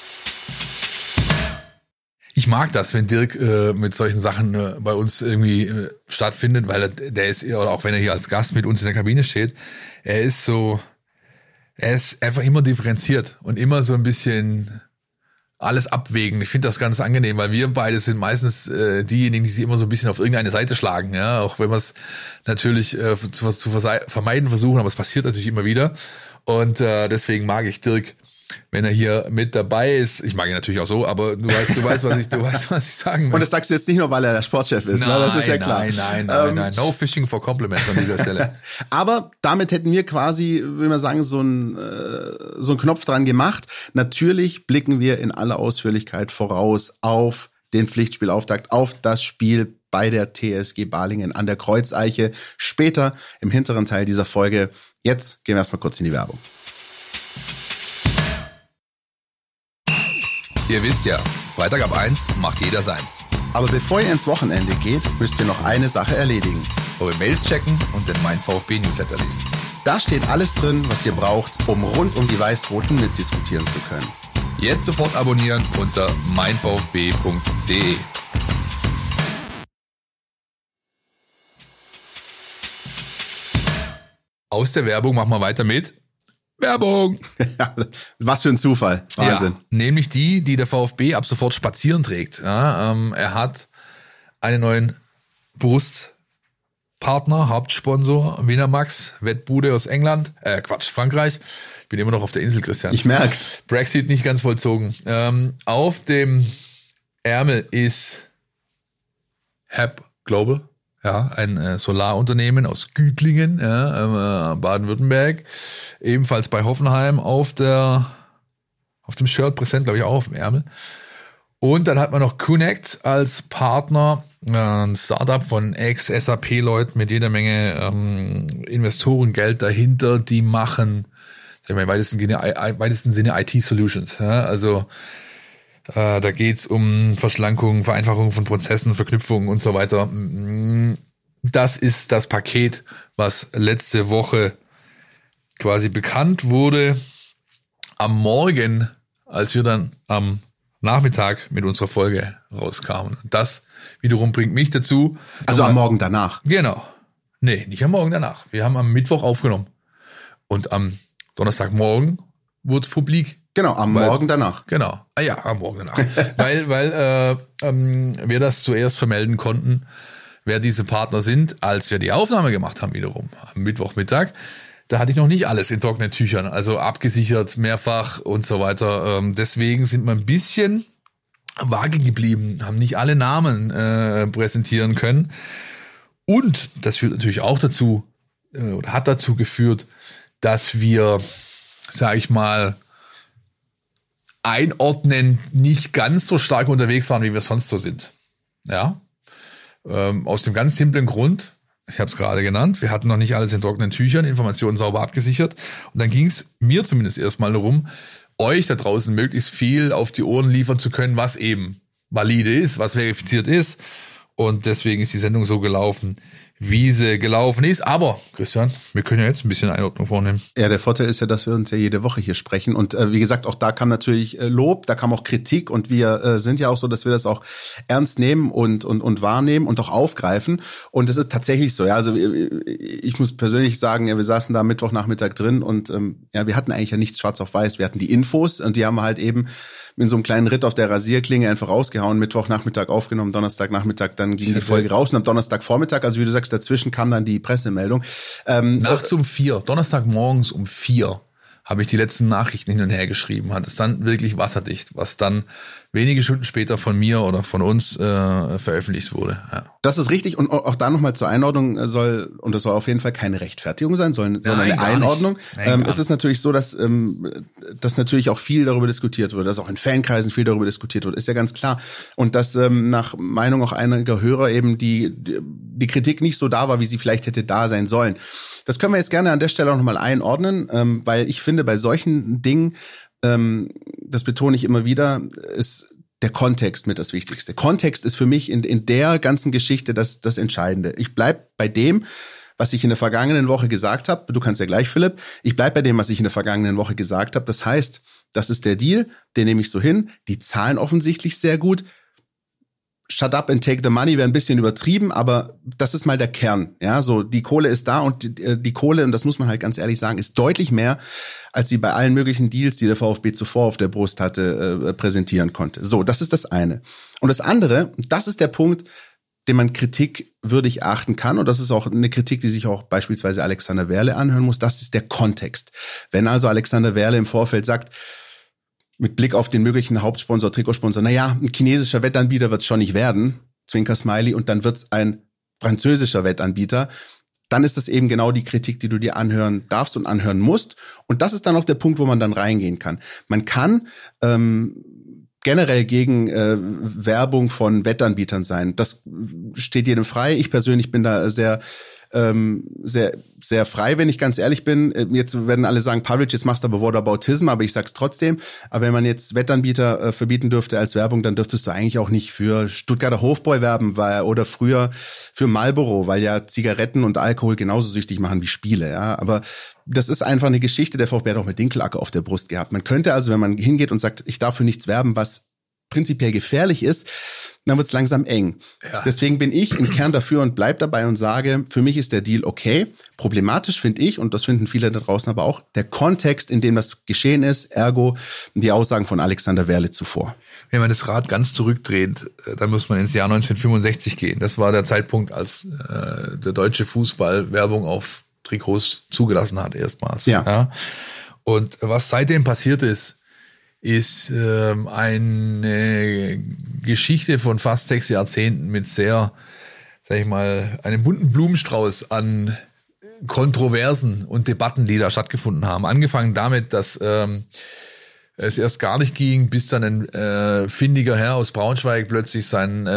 Ich mag das, wenn Dirk mit solchen Sachen bei uns irgendwie stattfindet, weil der ist, oder auch wenn er hier als Gast mit uns in der Kabine steht, er ist einfach immer differenziert und immer so ein bisschen alles abwägen. Ich finde das ganz angenehm, weil wir beide sind meistens diejenigen, die sich immer so ein bisschen auf irgendeine Seite schlagen, ja, auch wenn wir es natürlich zu vermeiden versuchen, aber es passiert natürlich immer wieder. Und deswegen mag ich Dirk, wenn er hier mit dabei ist. Ich mag ihn natürlich auch so, aber du weißt, was ich sagen möchte. Und das sagst du jetzt nicht nur, weil er der Sportchef ist, nein, ne? Das ist ja klar. Nein. No fishing for compliments an dieser Stelle. Aber damit hätten wir quasi, würde man sagen, so einen Knopf dran gemacht. Natürlich blicken wir in aller Ausführlichkeit voraus auf den Pflichtspielauftakt, auf das Spiel bei der TSG Balingen an der Kreuzeiche. Später im hinteren Teil dieser Folge. Jetzt gehen wir erstmal kurz in die Werbung. Ihr wisst ja, Freitag ab 1 macht jeder seins. Aber bevor ihr ins Wochenende geht, müsst ihr noch eine Sache erledigen. Eure Mails checken und den Mein VfB Newsletter lesen. Da steht alles drin, was ihr braucht, um rund um die Weiß-Roten mitdiskutieren zu können. Jetzt sofort abonnieren unter meinvfb.de. Aus der Werbung machen wir weiter mit Werbung. Was für ein Zufall. Wahnsinn. Ja, nämlich die der VfB ab sofort spazieren trägt. Ja, er hat einen neuen Brustpartner, Hauptsponsor, Winamax, Wettbude aus England. Frankreich. Ich bin immer noch auf der Insel, Christian. Ich merk's. Brexit nicht ganz vollzogen. Auf dem Ärmel ist HAP Global. Ja, ein Solarunternehmen aus Güglingen, Baden-Württemberg. Ebenfalls bei Hoffenheim auf dem Shirt präsent, glaube ich, auch auf dem Ärmel. Und dann hat man noch Connect als Partner, ein Startup von Ex-SAP-Leuten mit jeder Menge Investorengeld dahinter, die machen, sag ich mal, im weitesten Sinne IT-Solutions. Ja, also da geht's um Verschlankung, Vereinfachung von Prozessen, Verknüpfungen und so weiter. Das ist das Paket, was letzte Woche quasi bekannt wurde. Am Morgen, als wir dann am Nachmittag mit unserer Folge rauskamen. Das wiederum bringt mich dazu. Also am Morgen danach? Genau. Nee, nicht am Morgen danach. Wir haben am Mittwoch aufgenommen. Und am Donnerstagmorgen wurde es publik. Genau, am Morgen danach. Genau. Ah ja, am Morgen danach. weil wir das zuerst vermelden konnten, wer diese Partner sind, als wir die Aufnahme gemacht haben wiederum, am Mittwochmittag. Da hatte ich noch nicht alles in trockenen Tüchern, also abgesichert, mehrfach und so weiter. Deswegen sind wir ein bisschen vage geblieben, haben nicht alle Namen präsentieren können. Und das führt natürlich auch dazu, oder hat dazu geführt, dass wir, sag ich mal, einordnen nicht ganz so stark unterwegs waren, wie wir sonst so sind. Ja, aus dem ganz simplen Grund, ich habe es gerade genannt, wir hatten noch nicht alles in trockenen Tüchern, Informationen sauber abgesichert. Und dann ging es mir zumindest erstmal darum, euch da draußen möglichst viel auf die Ohren liefern zu können, was eben valide ist, was verifiziert ist. Und deswegen ist die Sendung so gelaufen, wie sie gelaufen ist. Aber, Christian, wir können ja jetzt ein bisschen Einordnung vornehmen. Ja, der Vorteil ist ja, dass wir uns ja jede Woche hier sprechen. Und wie gesagt, auch da kam natürlich Lob, da kam auch Kritik. Und wir sind ja auch so, dass wir das auch ernst nehmen und wahrnehmen und auch aufgreifen. Und es ist tatsächlich so. Ja, also ich muss persönlich sagen, ja, wir saßen da Mittwochnachmittag drin und ja, wir hatten eigentlich ja nichts schwarz auf weiß. Wir hatten die Infos und die haben wir halt eben in so einem kleinen Ritt auf der Rasierklinge einfach rausgehauen, Mittwochnachmittag aufgenommen, Donnerstagnachmittag, dann ging die Folge raus und am Donnerstagvormittag, also wie du sagst, dazwischen kam dann die Pressemeldung. Nachts um 4, Donnerstagmorgens um 4 habe ich die letzten Nachrichten hin und her geschrieben, hat es dann wirklich wasserdicht, was dann wenige Stunden später von mir oder von uns veröffentlicht wurde. Ja. Das ist richtig und auch da nochmal zur Einordnung das soll auf jeden Fall keine Rechtfertigung sein, sondern eine Einordnung. Es ist natürlich so, dass natürlich auch viel darüber diskutiert wurde, dass auch in Fankreisen viel darüber diskutiert wurde, ist ja ganz klar. Und dass nach Meinung auch einiger Hörer eben die Kritik nicht so da war, wie sie vielleicht hätte da sein sollen. Das können wir jetzt gerne an der Stelle auch nochmal einordnen, weil ich finde, bei solchen Dingen, das betone ich immer wieder, ist der Kontext mit das Wichtigste. Kontext ist für mich in der ganzen Geschichte das Entscheidende. Ich bleib bei dem, was ich in der vergangenen Woche gesagt habe. Du kannst ja gleich, Philipp. Ich bleib bei dem, was ich in der vergangenen Woche gesagt habe. Das heißt, das ist der Deal, den nehme ich so hin. Die zahlen offensichtlich sehr gut. Shut up and take the money wäre ein bisschen übertrieben, aber das ist mal der Kern. Ja, so die Kohle ist da und die Kohle, und das muss man halt ganz ehrlich sagen, ist deutlich mehr, als sie bei allen möglichen Deals, die der VfB zuvor auf der Brust hatte, präsentieren konnte. So, das ist das eine. Und das andere, das ist der Punkt, den man kritikwürdig achten kann, und das ist auch eine Kritik, die sich auch beispielsweise Alexander Werle anhören muss, das ist der Kontext. Wenn also Alexander Werle im Vorfeld sagt, mit Blick auf den möglichen Hauptsponsor, Trikotsponsor, naja, ein chinesischer Wettanbieter wird es schon nicht werden, Zwinker-Smiley, und dann wird es ein französischer Wettanbieter, dann ist das eben genau die Kritik, die du dir anhören darfst und anhören musst. Und das ist dann auch der Punkt, wo man dann reingehen kann. Man kann generell gegen Werbung von Wettanbietern sein. Das steht jedem frei. Ich persönlich bin da sehr frei, wenn ich ganz ehrlich bin. Jetzt werden alle sagen, Pavlic, jetzt machst du aber Whataboutism, aber ich sag's trotzdem. Aber wenn man jetzt Wettanbieter verbieten dürfte als Werbung, dann dürftest du eigentlich auch nicht für Stuttgarter Hofbräu werben, oder früher für Marlboro, weil ja Zigaretten und Alkohol genauso süchtig machen wie Spiele. Ja, aber das ist einfach eine Geschichte. Der VfB hat auch mit Dinkelacker auf der Brust gehabt. Man könnte also, wenn man hingeht und sagt, ich darf für nichts werben, was prinzipiell gefährlich ist, dann wird's langsam eng. Ja. Deswegen bin ich im Kern dafür und bleib dabei und sage, für mich ist der Deal okay. Problematisch finde ich, und das finden viele da draußen aber auch, der Kontext, in dem das geschehen ist, ergo die Aussagen von Alexander Werle zuvor. Wenn man das Rad ganz zurückdreht, dann muss man ins Jahr 1965 gehen. Das war der Zeitpunkt, als der deutsche Fußball Werbung auf Trikots zugelassen hat erstmals. Ja. Und was seitdem passiert ist eine Geschichte von fast 6 Jahrzehnten mit sehr, sag ich mal, einem bunten Blumenstrauß an Kontroversen und Debatten, die da stattgefunden haben. Angefangen damit, dass es erst gar nicht ging, bis dann ein findiger Herr aus Braunschweig plötzlich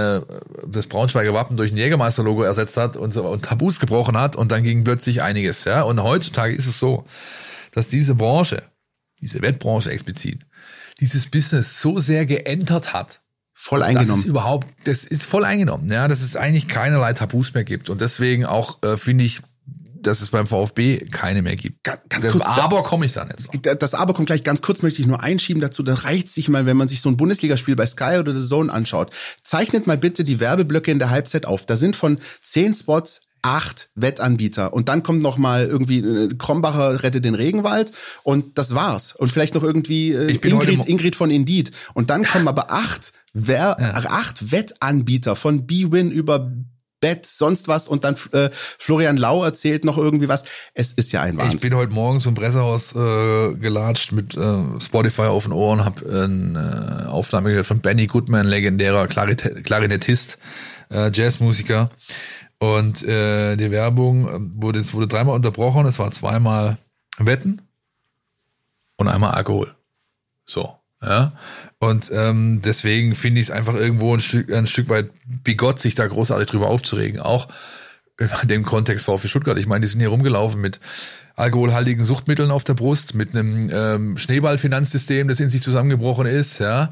das Braunschweiger Wappen durch ein Jägermeister-Logo ersetzt hat und Tabus gebrochen hat, und dann ging plötzlich einiges. Ja? Und heutzutage ist es so, dass diese Wettbranche explizit, dieses Business so sehr geentert hat. Voll eingenommen. Das ist voll eingenommen, ja, dass es eigentlich keinerlei Tabus mehr gibt. Und deswegen auch finde ich, dass es beim VfB keine mehr gibt. Ganz kurz. Aber komme ich dann jetzt noch. Das Aber kommt gleich. Ganz kurz möchte ich nur einschieben dazu. Da reicht sich mal, wenn man sich so ein Bundesligaspiel bei Sky oder The Zone anschaut. Zeichnet mal bitte die Werbeblöcke in der Halbzeit auf. Da sind von 10 Spots 8 Wettanbieter. Und dann kommt noch mal irgendwie Krombacher rettet den Regenwald und das war's. Und vielleicht noch irgendwie Ingrid von Indeed. Und dann kommen aber 8 Wettanbieter von B-Win über Bet, sonst was, und dann Florian Lau erzählt noch irgendwie was. Es ist ja ein Wahnsinn. Ich bin heute Morgen zum Pressehaus gelatscht mit Spotify auf den Ohren, habe eine Aufnahme gehört von Benny Goodman, legendärer Klarinettist, Jazzmusiker. Und die Werbung wurde 3-mal unterbrochen, es war 2-mal Wetten und einmal Alkohol. So, ja. Und deswegen finde ich es einfach irgendwo ein Stück weit bigott, sich da großartig drüber aufzuregen. Auch in dem Kontext VfB Stuttgart. Ich meine, die sind hier rumgelaufen mit alkoholhaltigen Suchtmitteln auf der Brust, mit einem Schneeballfinanzsystem, das in sich zusammengebrochen ist. Ja,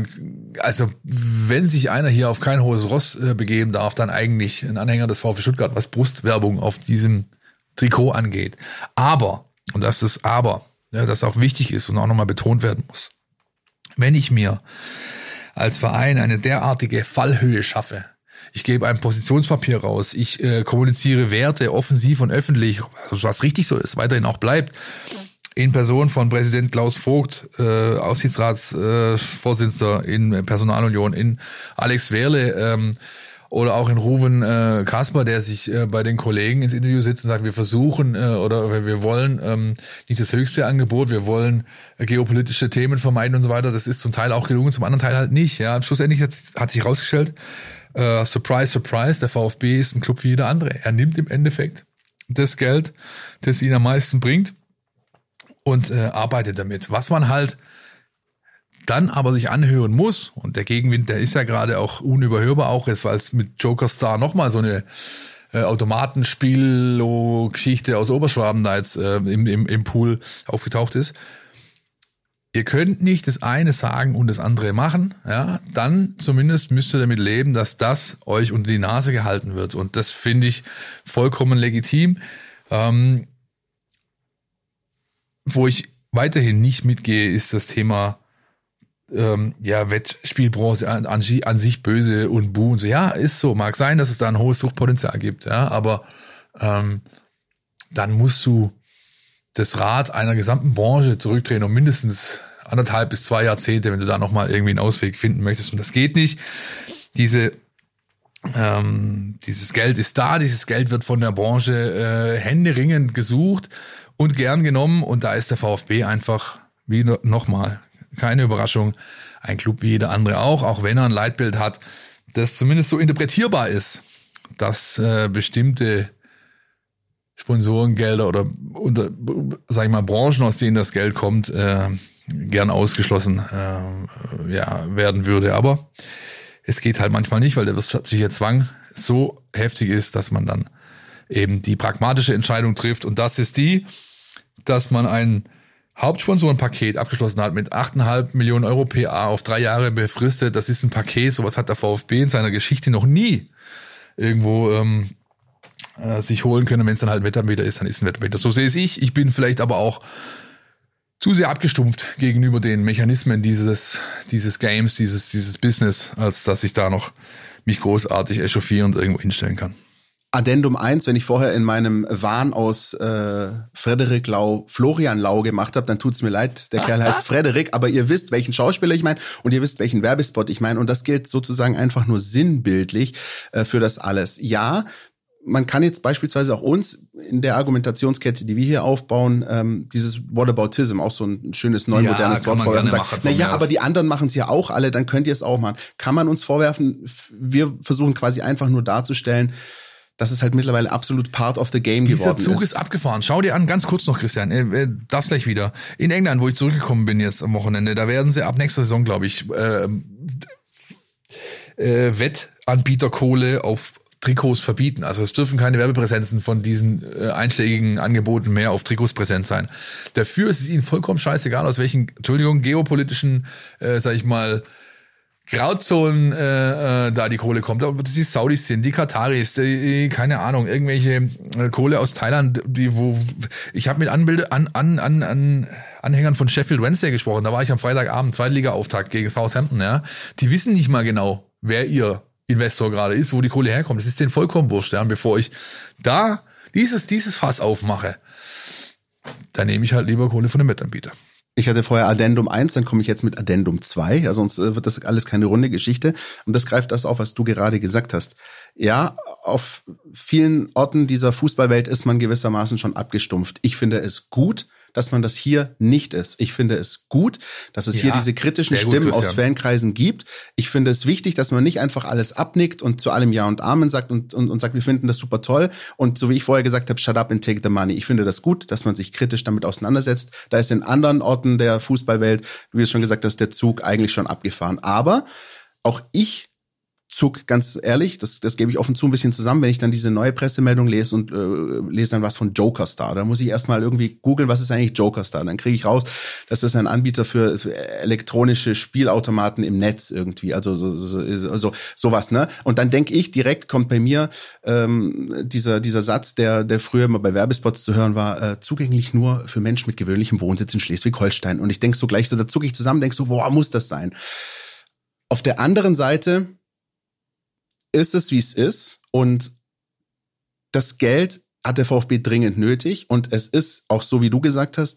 also wenn sich einer hier auf kein hohes Ross begeben darf, dann eigentlich ein Anhänger des VfB Stuttgart, was Brustwerbung auf diesem Trikot angeht. Aber, und das ist Aber, ja, das auch wichtig ist und auch nochmal betont werden muss, wenn ich mir als Verein eine derartige Fallhöhe schaffe, ich gebe ein Positionspapier raus, ich kommuniziere Werte offensiv und öffentlich, was richtig so ist, weiterhin auch bleibt, in Person von Präsident Klaus Vogt, Aufsichtsratsvorsitzender in Personalunion, in Alex Werle, Oder auch in Ruben Kasper, der sich bei den Kollegen ins Interview sitzt und sagt, wir versuchen oder wir wollen nicht das höchste Angebot, wir wollen geopolitische Themen vermeiden und so weiter. Das ist zum Teil auch gelungen, zum anderen Teil halt nicht. Ja, schlussendlich hat sich herausgestellt, surprise, surprise, der VfB ist ein Club wie jeder andere. Er nimmt im Endeffekt das Geld, das ihn am meisten bringt und arbeitet damit. Was man halt dann aber sich anhören muss, und der Gegenwind, der ist ja gerade auch unüberhörbar, auch jetzt, weil es mit Joker Star nochmal so eine Automatenspiel-Geschichte aus Oberschwaben da jetzt im Pool aufgetaucht ist. Ihr könnt nicht das eine sagen und das andere machen, ja, dann zumindest müsst ihr damit leben, dass das euch unter die Nase gehalten wird. Und das finde ich vollkommen legitim. Wo ich weiterhin nicht mitgehe, ist das Thema Wettspielbranche an sich böse und buh und so. Ja, ist so. Mag sein, dass es da ein hohes Suchtpotenzial gibt, ja, aber dann musst du das Rad einer gesamten Branche zurückdrehen um mindestens 1,5 bis 2 Jahrzehnte, wenn du da nochmal irgendwie einen Ausweg finden möchtest. Und das geht nicht. Dieses Geld ist da, dieses Geld wird von der Branche händeringend gesucht und gern genommen. Und da ist der VfB einfach, wie nochmal, keine Überraschung, ein Club wie jeder andere auch wenn er ein Leitbild hat, das zumindest so interpretierbar ist, dass bestimmte Sponsorengelder oder sag ich mal, Branchen, aus denen das Geld kommt, gern ausgeschlossen werden würde. Aber es geht halt manchmal nicht, weil der wirtschaftliche Zwang so heftig ist, dass man dann eben die pragmatische Entscheidung trifft. Und das ist die, dass man ein Hauptsponsorenpaket abgeschlossen hat mit 8,5 Millionen Euro PA auf 3 Jahre befristet. Das ist ein Paket, sowas hat der VfB in seiner Geschichte noch nie irgendwo sich holen können. Wenn es dann halt ein Wettanbieter ist, dann ist ein Wettanbieter. So sehe es ich. Ich bin vielleicht aber auch zu sehr abgestumpft gegenüber den Mechanismen dieses Games, dieses Business, als dass ich da noch mich großartig echauffieren und irgendwo hinstellen kann. Addendum 1, wenn ich vorher in meinem Wahn aus Frederik Lau Florian Lau gemacht habe, dann tut's mir leid, der Kerl heißt Frederik, aber ihr wisst, welchen Schauspieler ich meine und ihr wisst, welchen Werbespot ich meine und das gilt sozusagen einfach nur sinnbildlich für das alles. Ja, man kann jetzt beispielsweise auch uns in der Argumentationskette, die wir hier aufbauen, dieses Whataboutism, auch so ein schönes neumodernes Wort vorwerfen, sagen, naja, aber die anderen machen es ja auch alle, dann könnt ihr es auch machen. Kann man uns vorwerfen, wir versuchen quasi einfach nur darzustellen, dass es halt mittlerweile absolut part of the game geworden ist. Dieser Zug ist abgefahren. Schau dir an, ganz kurz noch, Christian, darfst gleich wieder. In England, wo ich zurückgekommen bin jetzt am Wochenende, da werden sie ab nächster Saison, glaube ich, Wettanbieterkohle auf Trikots verbieten. Also es dürfen keine Werbepräsenzen von diesen einschlägigen Angeboten mehr auf Trikots präsent sein. Dafür ist es ihnen vollkommen scheißegal, aus welchen, geopolitischen, sag ich mal, Grauzonen da die Kohle kommt. Ob das die Saudis sind, die Kataris, keine Ahnung, irgendwelche Kohle aus Thailand, ich habe mit Anhängern von Sheffield Wednesday gesprochen. Da war ich am Freitagabend, Zweitliga-Auftakt gegen Southampton. Ja, die wissen nicht mal genau, wer ihr Investor gerade ist, wo die Kohle herkommt. Das ist denen vollkommen wurscht. Ja. Und bevor ich da dieses Fass aufmache, dann nehme ich halt lieber Kohle von dem Wettanbieter. Ich hatte vorher Addendum 1, dann komme ich jetzt mit Addendum 2, ja, sonst wird das alles keine runde Geschichte. Und das greift das auf, was du gerade gesagt hast. Ja, auf vielen Orten dieser Fußballwelt ist man gewissermaßen schon abgestumpft. Ich finde es gut, dass man das hier nicht ist. Ich finde es gut, dass es hier diese kritischen Stimmen aus Fankreisen gibt. Ich finde es wichtig, dass man nicht einfach alles abnickt und zu allem Ja und Amen sagt und sagt, wir finden das super toll. Und so wie ich vorher gesagt habe, shut up and take the money. Ich finde das gut, dass man sich kritisch damit auseinandersetzt. Da ist in anderen Orten der Fußballwelt, wie du schon gesagt hast, der Zug eigentlich schon abgefahren. Aber auch ich Zug, ganz ehrlich, das gebe ich offen zu, ein bisschen zusammen, wenn ich dann diese neue Pressemeldung lese und lese dann was von Joker Star. Da muss ich erstmal irgendwie googeln, was ist eigentlich Joker Star? Dann kriege ich raus, das ist ein Anbieter für elektronische Spielautomaten im Netz irgendwie, also sowas, ne? Und dann denke ich, direkt kommt bei mir dieser Satz, der früher immer bei Werbespots zu hören war, zugänglich nur für Menschen mit gewöhnlichem Wohnsitz in Schleswig-Holstein. Und ich denke so gleich so, da zucke ich zusammen, denke so, boah, muss das sein? Auf der anderen Seite ist es, wie es ist, und das Geld hat der VfB dringend nötig und es ist auch so, wie du gesagt hast,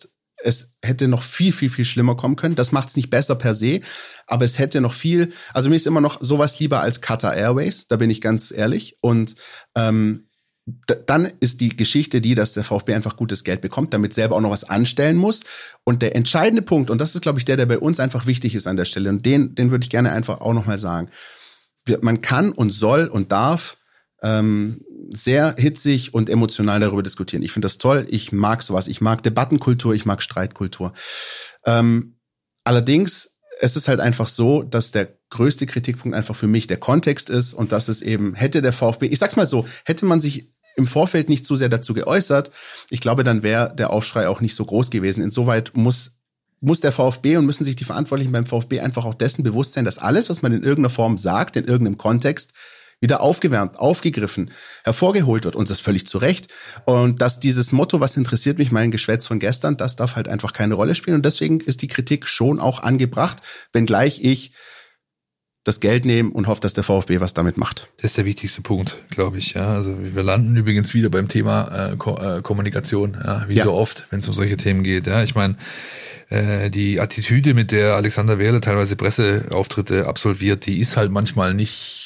es hätte noch viel, viel, viel schlimmer kommen können. Das macht es nicht besser per se, aber es hätte noch viel, also mir ist immer noch sowas lieber als Qatar Airways, da bin ich ganz ehrlich. Und dann ist die Geschichte die, dass der VfB einfach gutes Geld bekommt, damit selber auch noch was anstellen muss. Und der entscheidende Punkt, und das ist, glaube ich, der bei uns einfach wichtig ist an der Stelle, und den würde ich gerne einfach auch noch mal sagen. Man kann und soll und darf sehr hitzig und emotional darüber diskutieren. Ich finde das toll, ich mag sowas, ich mag Debattenkultur, ich mag Streitkultur. Allerdings, es ist halt einfach so, dass der größte Kritikpunkt einfach für mich der Kontext ist und dass es eben, hätte der VfB, ich sag's mal so, hätte man sich im Vorfeld nicht so sehr dazu geäußert, ich glaube, dann wäre der Aufschrei auch nicht so groß gewesen. Insoweit muss der VfB und müssen sich die Verantwortlichen beim VfB einfach auch dessen bewusst sein, dass alles, was man in irgendeiner Form sagt, in irgendeinem Kontext, wieder aufgewärmt, aufgegriffen, hervorgeholt wird. Und das ist völlig zu Recht. Und dass dieses Motto, was interessiert mich, mein Geschwätz von gestern, das darf halt einfach keine Rolle spielen. Und deswegen ist die Kritik schon auch angebracht, wenngleich ich das Geld nehme und hoffe, dass der VfB was damit macht. Das ist der wichtigste Punkt, glaube ich. Ja, also wir landen übrigens wieder beim Thema Kommunikation, ja, wie so oft, wenn es um solche Themen geht. Ja, ich meine, die Attitüde, mit der Alexander Werle teilweise Presseauftritte absolviert, die ist halt manchmal nicht.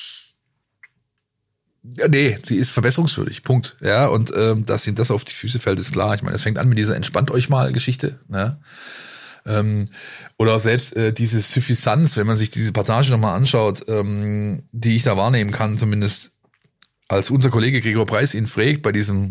Ja, nee, sie ist verbesserungswürdig, Punkt. Ja, und dass ihm das auf die Füße fällt, ist klar. Ich meine, es fängt an mit dieser Entspannt euch mal Geschichte. Ne? Oder auch selbst diese Suffisanz, wenn man sich diese Passage nochmal anschaut, die ich da wahrnehmen kann, zumindest als unser Kollege Gregor Preis ihn fragt bei diesem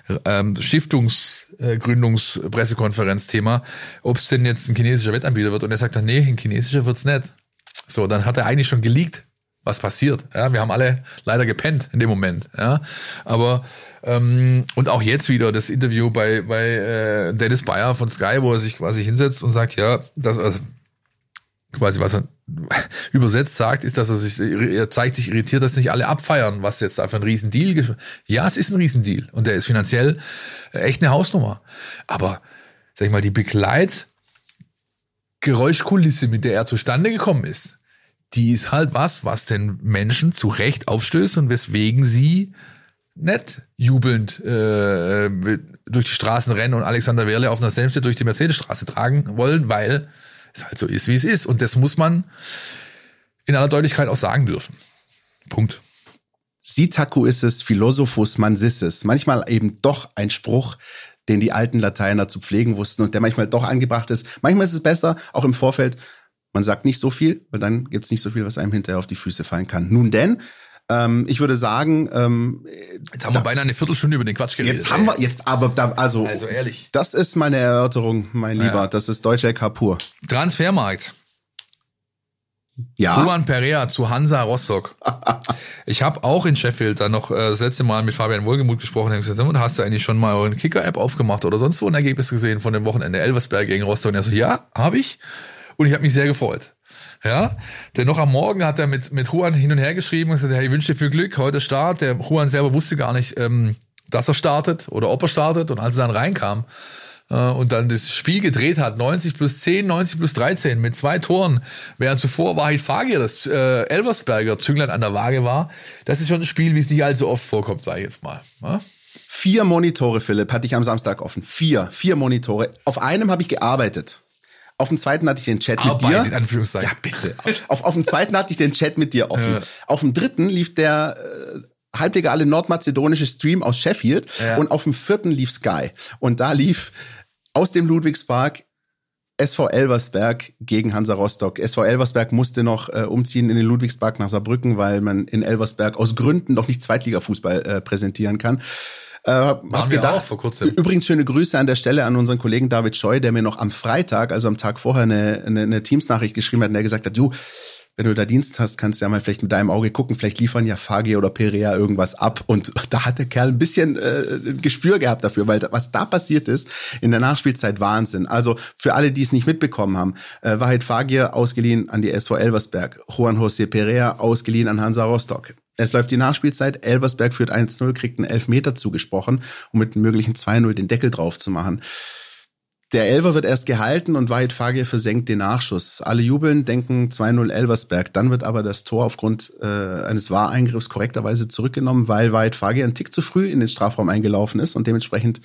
Stiftungsgründungspressekonferenzthema, ob es denn jetzt ein chinesischer Wettanbieter wird. Und er sagt dann, nee, ein chinesischer wird's nicht. So, dann hat er eigentlich schon geleakt, was passiert. Ja, wir haben alle leider gepennt in dem Moment. Ja, aber und auch jetzt wieder das Interview bei Dennis Bayer von Sky, wo er sich quasi hinsetzt und sagt, ja, das also quasi was er übersetzt sagt, ist, dass er zeigt sich irritiert, dass nicht alle abfeiern, was jetzt da für ein Riesendeal. Ja, es ist ein Riesendeal und der ist finanziell echt eine Hausnummer. Aber sag ich mal, die Begleitgeräuschkulisse, mit der er zustande gekommen ist, die ist halt was den Menschen zu Recht aufstößt und weswegen sie nicht jubelnd durch die Straßen rennen und Alexander Werle auf einer Senfte durch die Mercedesstraße tragen wollen, weil es halt so ist, wie es ist. Und das muss man in aller Deutlichkeit auch sagen dürfen. Punkt. Citacu ist es, Philosophus mansis. Manchmal eben doch ein Spruch, den die alten Lateiner zu pflegen wussten und der manchmal doch angebracht ist. Manchmal ist es besser, auch im Vorfeld, man sagt nicht so viel, weil dann gibt's nicht so viel, was einem hinterher auf die Füße fallen kann. Nun denn, ich würde sagen, jetzt haben wir beinahe eine Viertelstunde über den Quatsch geredet. Also ehrlich. Das ist meine Erörterung, mein Lieber. Ja. Das ist Deutsche LK pur. Transfermarkt. Ja. Juan Perea zu Hansa Rostock. Ich habe auch in Sheffield dann noch das letzte Mal mit Fabian Wohlgemuth gesprochen und gesagt, hast du eigentlich schon mal euren Kicker-App aufgemacht oder sonst wo ein Ergebnis gesehen von dem Wochenende Elversberg gegen Rostock? Und er so, ja, habe ich. Und ich habe mich sehr gefreut. Ja, denn noch am Morgen hat er mit Juan hin und her geschrieben und gesagt, hey, ich wünsche dir viel Glück, heute Start. Der Juan selber wusste gar nicht, dass er startet oder ob er startet. Und als er dann reinkam und dann das Spiel gedreht hat, 90+10, 90+13 mit 2 Toren, während zuvor Wahid Fagir, das Elversberger Zünglein an der Waage war, das ist schon ein Spiel, wie es nicht allzu oft vorkommt, sage ich jetzt mal. Ja? 4 Monitore, Philipp, hatte ich am Samstag offen. 4 Monitore. Auf einem habe ich gearbeitet. Auf dem zweiten hatte ich den Chat mit dir. In Anführungszeichen. Ja, bitte. Auf dem zweiten hatte ich den Chat mit dir offen. Ja. Auf dem dritten lief der halblegale nordmazedonische Stream aus Sheffield. Ja. Und auf dem vierten lief Sky. Und da lief aus dem Ludwigspark SV Elversberg gegen Hansa Rostock. SV Elversberg musste noch umziehen in den Ludwigspark nach Saarbrücken, weil man in Elversberg aus Gründen noch nicht Zweitliga-Fußball präsentieren kann. Hab gedacht, auch vor kurzem. Übrigens schöne Grüße an der Stelle an unseren Kollegen David Scheu, der mir noch am Freitag, also am Tag vorher, eine Teams-Nachricht geschrieben hat, und der gesagt hat, du, wenn du da Dienst hast, kannst du ja mal vielleicht mit deinem Auge gucken, vielleicht liefern ja Fagir oder Perea irgendwas ab. Und da hat der Kerl ein bisschen Gespür gehabt dafür, weil was da passiert ist in der Nachspielzeit, Wahnsinn. Also für alle, die es nicht mitbekommen haben, Wahid Fagir ausgeliehen an die SV Elversberg, Juan José Perea ausgeliehen an Hansa Rostock. Es läuft die Nachspielzeit, Elversberg führt 1-0, kriegt einen Elfmeter zugesprochen, um mit einem möglichen 2-0 den Deckel drauf zu machen. Der Elfer wird erst gehalten und Wahid Fagir versenkt den Nachschuss. Alle jubeln, denken 2-0 Elversberg. Dann wird aber das Tor aufgrund eines VAR-Eingriffs korrekterweise zurückgenommen, weil Wahid Fagir einen Tick zu früh in den Strafraum eingelaufen ist und dementsprechend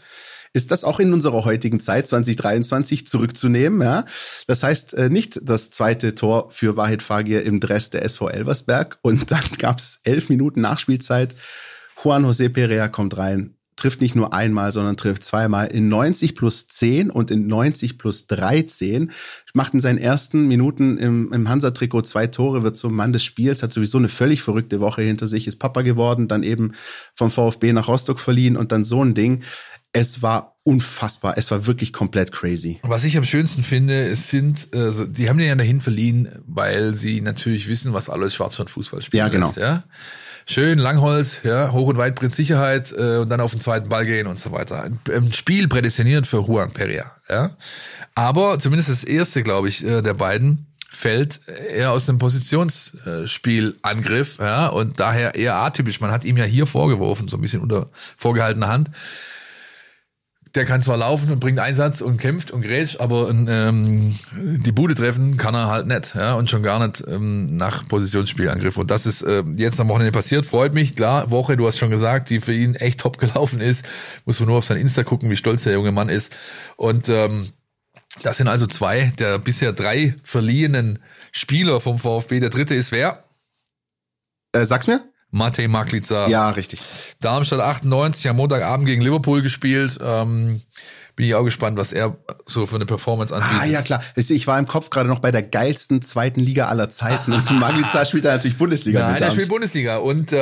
ist das auch in unserer heutigen Zeit 2023 zurückzunehmen. Ja? Das heißt nicht das zweite Tor für Wahid Fagir im Dress der SV Elversberg. Und dann gab es 11 Minuten Nachspielzeit. Juan José Perea kommt rein, trifft nicht nur einmal, sondern trifft zweimal in 90+10 und in 90+13. Macht in seinen ersten Minuten im Hansa-Trikot 2 Tore, wird zum Mann des Spiels, hat sowieso eine völlig verrückte Woche hinter sich, ist Papa geworden, dann eben vom VfB nach Rostock verliehen und dann so ein Ding. Es war unfassbar, es war wirklich komplett crazy. Was ich am schönsten finde, die haben den ja dahin verliehen, weil sie natürlich wissen, was alles Schwarzwald-Fußball spielt. Ja, genau. Ist, ja? Schön, Langholz, ja, hoch und weit bringt Sicherheit und dann auf den zweiten Ball gehen und so weiter. Ein Spiel prädestiniert für Juan Perea. Ja? Aber zumindest das erste, glaube ich, der beiden fällt eher aus dem Positionsspielangriff, ja, und daher eher atypisch. Man hat ihm ja hier vorgeworfen, so ein bisschen unter vorgehaltener Hand. Der kann zwar laufen und bringt Einsatz und kämpft und grätscht, aber die Bude treffen kann er halt nicht, ja, und schon gar nicht nach Positionsspielangriff. Und das ist jetzt am Wochenende passiert. Freut mich, klar, Woche, du hast schon gesagt, die für ihn echt top gelaufen ist. Muss man nur auf sein Insta gucken, wie stolz der junge Mann ist. Und das sind also 2 der bisher 3 verliehenen Spieler vom VfB. Der dritte ist wer? Sag's mir. Matej Maklica. Ja, richtig. Darmstadt 98, am Montagabend gegen Liverpool gespielt. Bin ich auch gespannt, was er so für eine Performance anbietet. Ah, ja, klar. Ich war im Kopf gerade noch bei der geilsten 2. Liga aller Zeiten. Und Maklica spielt da natürlich Bundesliga. Nein, er spielt Bundesliga. Und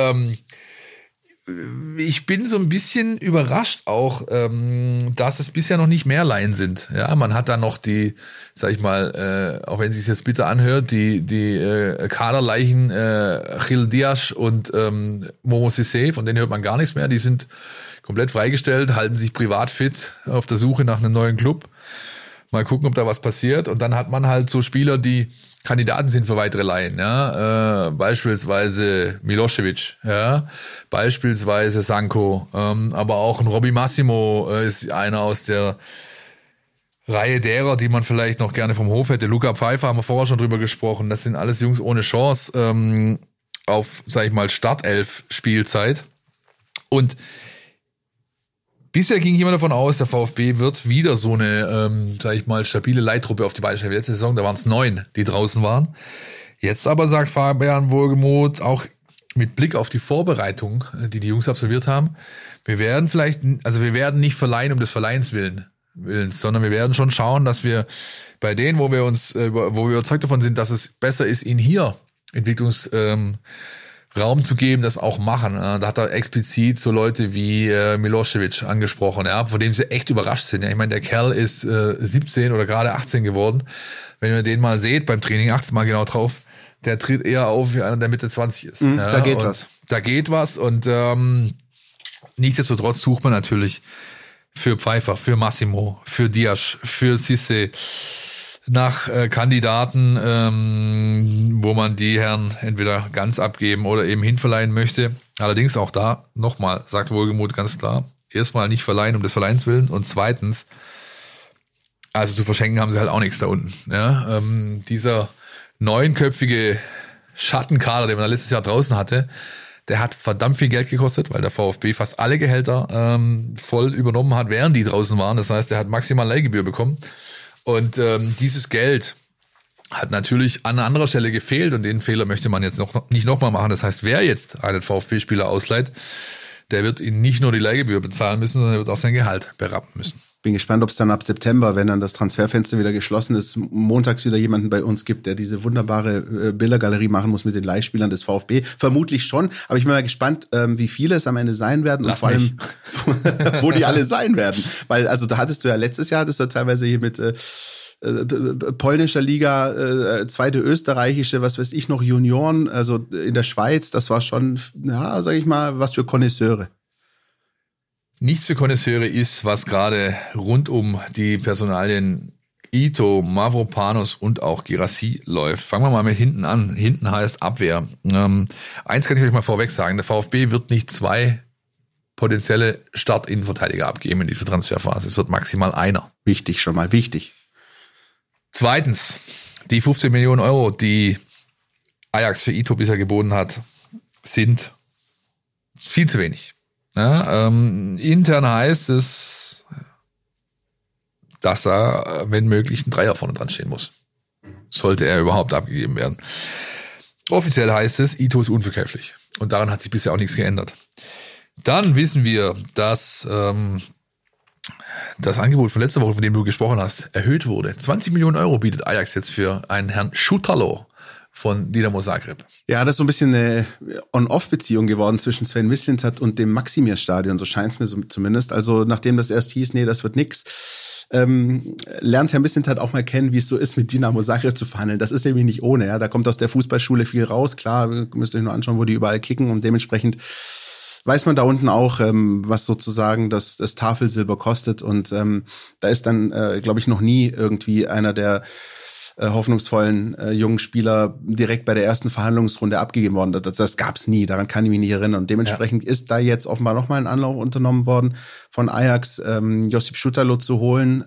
ich bin so ein bisschen überrascht auch, dass es bisher noch nicht mehr Laien sind. Ja, man hat da noch die, sag ich mal, auch wenn es sich jetzt bitter anhört, die Kaderleichen Gil Dias und Momo Sissé, von denen hört man gar nichts mehr. Die sind komplett freigestellt, halten sich privat fit auf der Suche nach einem neuen Club. Mal gucken, ob da was passiert. Und dann hat man halt so Spieler, die Kandidaten sind für weitere Leihen, ja, beispielsweise Milosevic, ja, beispielsweise Sanko, aber auch ein Robby Massimo ist einer aus der Reihe derer, die man vielleicht noch gerne vom Hof hätte. Luca Pfeiffer haben wir vorher schon drüber gesprochen. Das sind alles Jungs ohne Chance auf, sag ich mal, Startelf-Spielzeit. Und bisher ging jemand davon aus, der VfB wird wieder so eine, sag ich mal, stabile Leittruppe auf die Beine stellen. Letzte Saison, da waren es 9, die draußen waren. Jetzt aber sagt Fabian Wohlgemuth, auch mit Blick auf die Vorbereitung, die Jungs absolviert haben, wir werden nicht verleihen um des Verleihens Willens, sondern wir werden schon schauen, dass wir bei denen, wo wir überzeugt davon sind, dass es besser ist, ihnen hier Raum zu geben, das auch machen. Da hat er explizit so Leute wie Milosevic angesprochen, ja, von dem sie echt überrascht sind. Ja, ich meine, der Kerl ist 17 oder gerade 18 geworden. Wenn ihr den mal seht beim Training, achtet mal genau drauf, der tritt eher auf wie einer, der Mitte 20 ist. Ja, da geht was. Da geht was und nichtsdestotrotz sucht man natürlich für Pfeiffer, für Massimo, für Dias, für Cissé nach Kandidaten, wo man die Herren entweder ganz abgeben oder eben hinverleihen möchte. Allerdings auch da, nochmal, sagt Wohlgemuth ganz klar, erstmal nicht verleihen um des Verleihens willen und zweitens, also zu verschenken haben sie halt auch nichts da unten. Ja? Dieser 9-köpfige Schattenkader, den man da letztes Jahr draußen hatte, der hat verdammt viel Geld gekostet, weil der VfB fast alle Gehälter voll übernommen hat, während die draußen waren. Das heißt, der hat maximal Leihgebühr bekommen. Und dieses Geld hat natürlich an anderer Stelle gefehlt und den Fehler möchte man jetzt nicht nochmal machen. Das heißt, wer jetzt einen VfB-Spieler ausleiht, der wird ihn nicht nur die Leihgebühr bezahlen müssen, sondern er wird auch sein Gehalt berappen müssen. Bin gespannt, ob es dann ab September, wenn dann das Transferfenster wieder geschlossen ist, montags wieder jemanden bei uns gibt, der diese wunderbare Bildergalerie machen muss mit den Leihspielern des VfB. Vermutlich schon, aber ich bin mal gespannt, wie viele es am Ende sein werden und vor allem, wo die alle sein werden. Weil, also da hattest du ja letztes Jahr, teilweise hier mit polnischer Liga, zweite österreichische, was weiß ich noch, Junioren, also in der Schweiz, das war schon, ja, sag ich mal, was für Konnoisseure. Nichts für Konnoisseure ist, was gerade rund um die Personalien Ito, Mavropanos und auch Guirassy läuft. Fangen wir mal mit hinten an. Hinten heißt Abwehr. Eins kann ich euch mal vorweg sagen, der VfB wird nicht 2 potenzielle Start-Innenverteidiger abgeben in dieser Transferphase. Es wird maximal einer. Wichtig, schon mal wichtig. Zweitens, die 15 Millionen Euro, die Ajax für Ito bisher geboten hat, sind viel zu wenig. Ja, intern heißt es, dass er, wenn möglich, ein Dreier vorne dran stehen muss. Sollte er überhaupt abgegeben werden. Offiziell heißt es, Ito ist unverkäuflich. Und daran hat sich bisher auch nichts geändert. Dann wissen wir, dass das Angebot von letzter Woche, von dem du gesprochen hast, erhöht wurde. 20 Millionen Euro bietet Ajax jetzt für einen Herrn Schutalo von Dinamo Zagreb. Ja, das ist so ein bisschen eine On-Off-Beziehung geworden zwischen Sven Mislintat und dem Maximir-Stadion, so scheint es mir so zumindest. Also nachdem das erst hieß, nee, das wird nix, lernt Herr Mislintat auch mal kennen, wie es so ist, mit Dinamo Zagreb zu verhandeln. Das ist nämlich nicht ohne. Ja, da kommt aus der Fußballschule viel raus. Klar, müsst ihr euch nur anschauen, wo die überall kicken, und dementsprechend weiß man da unten auch, was sozusagen das Tafelsilber kostet, und da ist dann, glaube ich, noch nie irgendwie einer der hoffnungsvollen jungen Spieler direkt bei der ersten Verhandlungsrunde abgegeben worden. Das gab's nie, daran kann ich mich nicht erinnern. Und dementsprechend ist da jetzt offenbar nochmal ein Anlauf unternommen worden von Ajax, Josip Schutalo zu holen.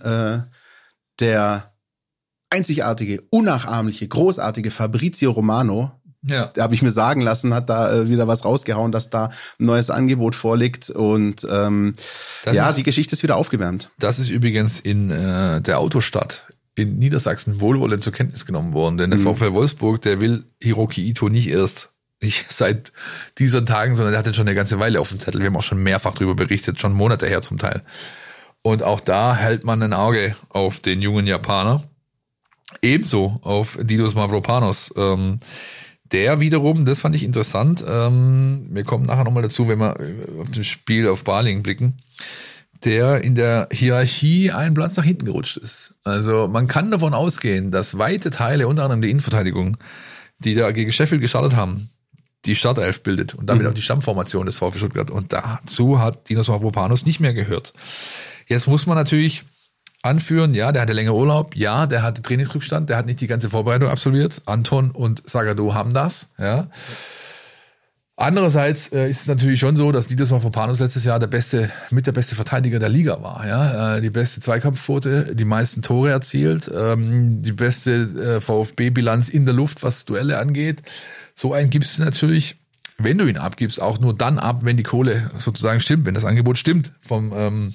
Der einzigartige, unnachahmliche, großartige Fabrizio Romano, da habe ich mir sagen lassen, hat da wieder was rausgehauen, dass da ein neues Angebot vorliegt, und die Geschichte ist wieder aufgewärmt. Das ist übrigens in der Autostadt in Niedersachsen wohlwollend zur Kenntnis genommen worden, denn der VfL Wolfsburg, der will Hiroki Ito nicht seit diesen Tagen, sondern der hat den schon eine ganze Weile auf dem Zettel. Wir haben auch schon mehrfach darüber berichtet, schon Monate her zum Teil. Und auch da hält man ein Auge auf den jungen Japaner. Ebenso auf Dinos Mavropanos. Der wiederum, das fand ich interessant, wir kommen nachher nochmal dazu, wenn wir auf das Spiel auf Balingen blicken, der in der Hierarchie einen Platz nach hinten gerutscht ist. Also man kann davon ausgehen, dass weite Teile, unter anderem die Innenverteidigung, die da gegen Sheffield gestartet haben, die Startelf bildet und damit auch die Stammformation des VfB Stuttgart. Und dazu hat Dinos Mavropanos nicht mehr gehört. Jetzt muss man natürlich anführen, ja, der hatte länger Urlaub, ja, der hatte Trainingsrückstand, der hat nicht die ganze Vorbereitung absolviert. Anton und Zagadou haben das, ja. Andererseits ist es natürlich schon so, dass Dinos Mavropanos letztes Jahr der beste Verteidiger der Liga war, ja. Die beste Zweikampfquote, die meisten Tore erzielt, die beste VfB-Bilanz in der Luft, was Duelle angeht. So einen gibst du natürlich, wenn du ihn abgibst, auch nur dann ab, wenn die Kohle sozusagen stimmt, wenn das Angebot stimmt vom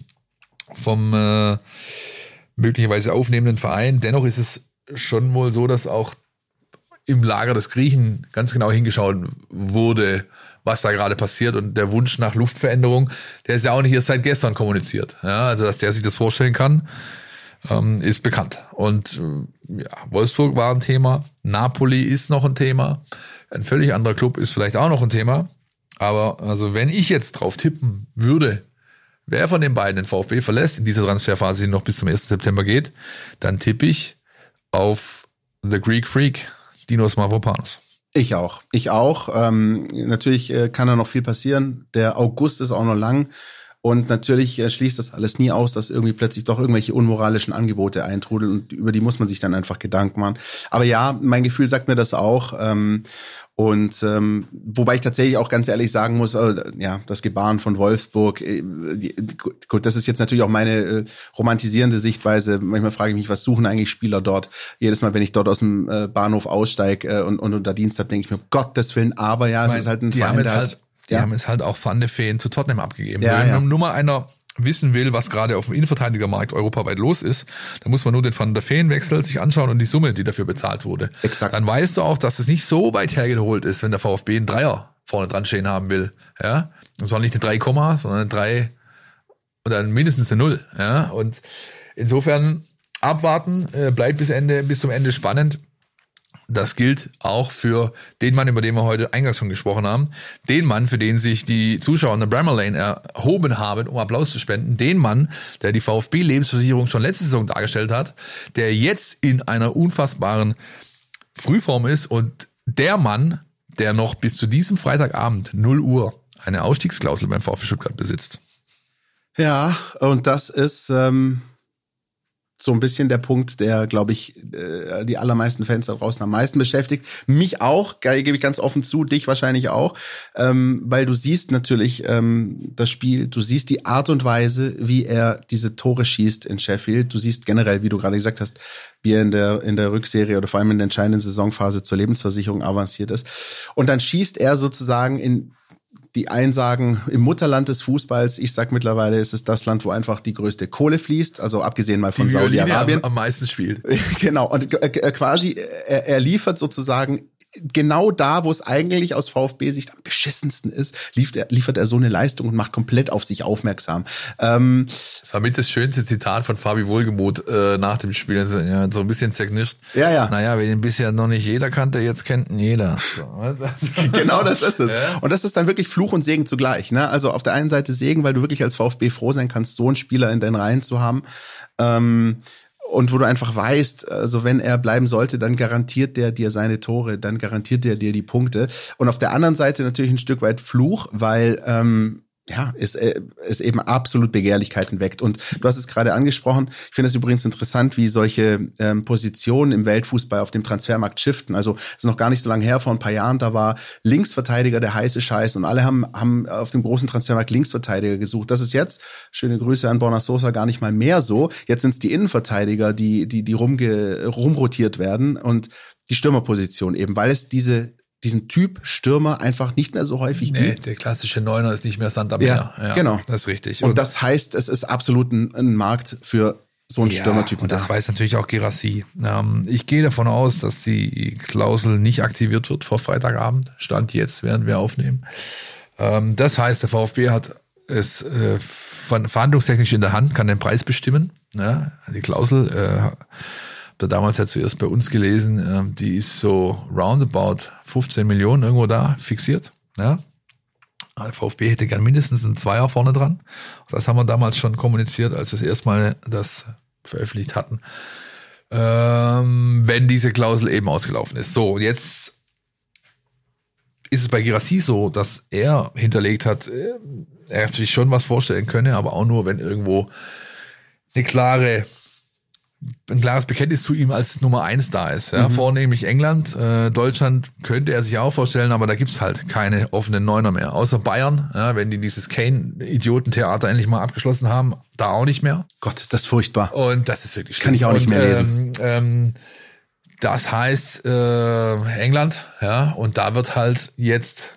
möglicherweise aufnehmenden Verein. Dennoch ist es schon wohl so, dass auch im Lager des Griechen ganz genau hingeschaut wurde, was da gerade passiert, und der Wunsch nach Luftveränderung, der ist ja auch nicht erst seit gestern kommuniziert. Ja, also dass der sich das vorstellen kann, ist bekannt. Und Wolfsburg war ein Thema, Napoli ist noch ein Thema, ein völlig anderer Club ist vielleicht auch noch ein Thema. Aber also wenn ich jetzt drauf tippen würde, wer von den beiden den VfB verlässt in dieser Transferphase, die noch bis zum 1. September geht, dann tippe ich auf The Greek Freak, Dinos Mavropanos. Ich auch. Natürlich kann da noch viel passieren. Der August ist auch noch lang. Und natürlich schließt das alles nie aus, dass irgendwie plötzlich doch irgendwelche unmoralischen Angebote eintrudeln, und über die muss man sich dann einfach Gedanken machen. Aber ja, mein Gefühl sagt mir das auch. Wobei ich tatsächlich auch ganz ehrlich sagen muss, das Gebaren von Wolfsburg, gut, das ist jetzt natürlich auch meine romantisierende Sichtweise. Manchmal frage ich mich, was suchen eigentlich Spieler dort? Jedes Mal, wenn ich dort aus dem Bahnhof aussteige und unter Dienst habe, denke ich mir, Gottes Willen, aber ja, es ist halt ein Verein, die haben es halt auch Van de Ven zu Tottenham abgegeben. Wenn nur mal einer wissen will, was gerade auf dem Innenverteidigermarkt europaweit los ist, dann muss man nur den Van der Ven-Wechsel sich anschauen und die Summe, die dafür bezahlt wurde. Exakt. Dann weißt du auch, dass es nicht so weit hergeholt ist, wenn der VfB einen Dreier vorne dran stehen haben will. Ja, und zwar nicht eine 3, sondern eine 3 oder mindestens eine 0. Ja, und insofern abwarten, bleibt bis zum Ende spannend. Das gilt auch für den Mann, über den wir heute eingangs schon gesprochen haben. Den Mann, für den sich die Zuschauer in der Bramall Lane erhoben haben, um Applaus zu spenden. Den Mann, der die VfB-Lebensversicherung schon letzte Saison dargestellt hat, der jetzt in einer unfassbaren Frühform ist, und der Mann, der noch bis zu diesem Freitagabend 0 Uhr eine Ausstiegsklausel beim VfB Stuttgart besitzt. Ja, und das ist so ein bisschen der Punkt, der, glaube ich, die allermeisten Fans da draußen am meisten beschäftigt. Mich auch, gebe ich ganz offen zu, dich wahrscheinlich auch, weil du siehst natürlich das Spiel, du siehst die Art und Weise, wie er diese Tore schießt in Sheffield. Du siehst generell, wie du gerade gesagt hast, wie er in der Rückserie oder vor allem in der entscheidenden Saisonphase zur Lebensversicherung avanciert ist. Und dann schießt er sozusagen in Die einen sagen, im Mutterland des Fußballs, ich sag mittlerweile, es ist das Land, wo einfach die größte Kohle fließt, also abgesehen mal von Saudi-Arabien. Am meisten spielt. Genau, und quasi, er liefert sozusagen genau da, wo es eigentlich aus VfB-Sicht am beschissensten ist, liefert er so eine Leistung und macht komplett auf sich aufmerksam. Das war mit das schönste Zitat von Fabi Wohlgemuth nach dem Spiel. Also, ja, so ein bisschen zerknirscht. Ja. Naja, wenn ihn bisher noch nicht jeder kannte, jetzt kennt ihn jeder. So. Genau, das ist es. Ja. Und das ist dann wirklich Fluch und Segen zugleich. Ne? Also auf der einen Seite Segen, weil du wirklich als VfB froh sein kannst, so einen Spieler in deinen Reihen zu haben. Und wo du einfach weißt, also wenn er bleiben sollte, dann garantiert der dir seine Tore, dann garantiert der dir die Punkte. Und auf der anderen Seite natürlich ein Stück weit Fluch, weil es eben absolut Begehrlichkeiten weckt. Und du hast es gerade angesprochen. Ich finde es übrigens interessant, wie solche Positionen im Weltfußball auf dem Transfermarkt shiften. Also es ist noch gar nicht so lange her, vor ein paar Jahren, da war Linksverteidiger der heiße Scheiß und alle haben auf dem großen Transfermarkt Linksverteidiger gesucht. Das ist jetzt, schöne Grüße an Borna Sosa, gar nicht mal mehr so. Jetzt sind es die Innenverteidiger, die rumrotiert werden und die Stürmerposition eben, weil es diesen Typ Stürmer einfach nicht mehr so häufig gibt. Der klassische Neuner ist nicht mehr Sand am Meer. Ja, genau. Das ist richtig. Und das heißt, es ist absolut ein Markt für so einen Stürmertypen. Und das weiß natürlich auch Guirassy. Ich gehe davon aus, dass die Klausel nicht aktiviert wird vor Freitagabend. Stand jetzt, während wir aufnehmen. Das heißt, der VfB hat es verhandlungstechnisch in der Hand, kann den Preis bestimmen. Ja, die Klausel da damals ja zuerst bei uns gelesen, die ist so roundabout 15 Millionen irgendwo da fixiert. Ja. Der VfB hätte gern mindestens einen Zweier vorne dran. Das haben wir damals schon kommuniziert, als wir das erstmal das veröffentlicht hatten. Wenn diese Klausel eben ausgelaufen ist. So, jetzt ist es bei Guirassy so, dass er hinterlegt hat, er sich schon was vorstellen könne, aber auch nur, wenn irgendwo ein klares Bekenntnis zu ihm als Nummer 1 da ist. Ja, vornehmlich England, Deutschland könnte er sich auch vorstellen, aber da gibt's halt keine offenen Neuner mehr. Außer Bayern, ja, wenn die dieses Kane-Idiotentheater endlich mal abgeschlossen haben, da auch nicht mehr. Gott, ist das furchtbar. Und das ist wirklich schlimm. Kann ich auch nicht mehr lesen. Das heißt England, ja, und da wird halt jetzt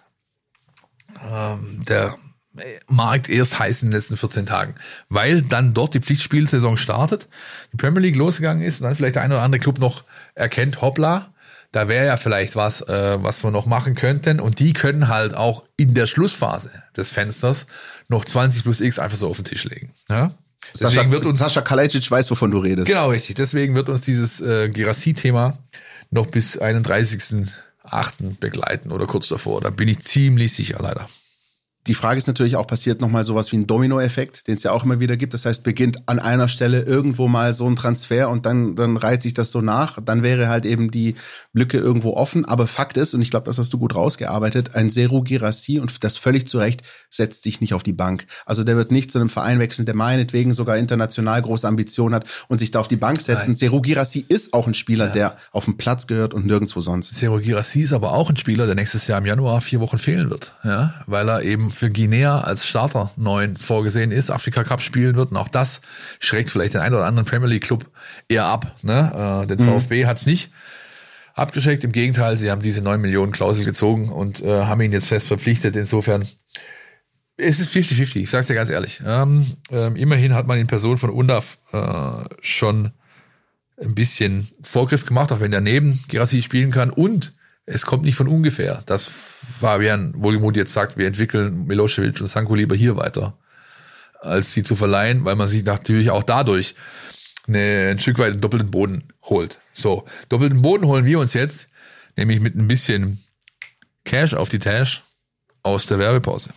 der Markt erst heiß in den letzten 14 Tagen, weil dann dort die Pflichtspielsaison startet, die Premier League losgegangen ist und dann vielleicht der eine oder andere Club noch erkennt, hoppla, da wäre ja vielleicht was wir noch machen könnten und die können halt auch in der Schlussphase des Fensters noch 20 plus X einfach so auf den Tisch legen. Ja? Sascha Kalajdzic weiß, wovon du redest. Genau, richtig. Deswegen wird uns dieses Guirassy-Thema noch bis 31.8. begleiten oder kurz davor. Da bin ich ziemlich sicher, leider. Die Frage ist natürlich auch, passiert nochmal sowas wie ein Domino-Effekt, den es ja auch immer wieder gibt. Das heißt, beginnt an einer Stelle irgendwo mal so ein Transfer und dann reiht sich das so nach. Dann wäre halt eben die Lücke irgendwo offen. Aber Fakt ist, und ich glaube, das hast du gut rausgearbeitet, ein Serhou Guirassy, und das völlig zu Recht, setzt sich nicht auf die Bank. Also der wird nicht zu einem Verein wechseln, der meinetwegen sogar international große Ambitionen hat und sich da auf die Bank setzen. Serhou Guirassy ist auch ein Spieler, der auf den Platz gehört und nirgendwo sonst. Serhou Guirassy ist aber auch ein Spieler, der nächstes Jahr im Januar 4 Wochen fehlen wird. Ja, weil er eben für Guinea als Starter 9 vorgesehen ist, Afrika Cup spielen wird und auch das schreckt vielleicht den einen oder anderen Premier League Club eher ab. Ne? Den VfB hat's nicht abgeschreckt, im Gegenteil, sie haben diese 9 Millionen Klausel gezogen und haben ihn jetzt fest verpflichtet. Insofern, es ist 50-50, ich sag's dir ganz ehrlich. Immerhin hat man in Person von Undav schon ein bisschen Vorgriff gemacht, auch wenn der neben Guirassy spielen kann, und es kommt nicht von ungefähr, dass Fabian Wohlgemuth jetzt sagt, wir entwickeln Milosevic und Sanko lieber hier weiter, als sie zu verleihen, weil man sich natürlich auch dadurch ein Stück weit einen doppelten Boden holt. So, doppelten Boden holen wir uns jetzt, nämlich mit ein bisschen Cash auf die Tasche aus der Werbepause.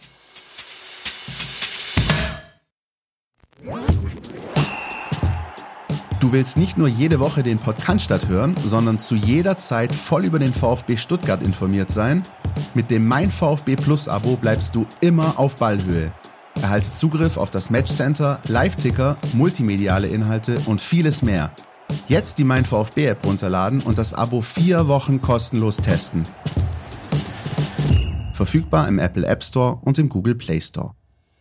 Du willst nicht nur jede Woche den Podcast hören, sondern zu jeder Zeit voll über den VfB Stuttgart informiert sein? Mit dem Mein VfB Plus Abo bleibst du immer auf Ballhöhe. Erhalte Zugriff auf das Matchcenter, Live-Ticker, multimediale Inhalte und vieles mehr. Jetzt die Mein VfB App runterladen und das Abo 4 Wochen kostenlos testen. Verfügbar im Apple App Store und im Google Play Store.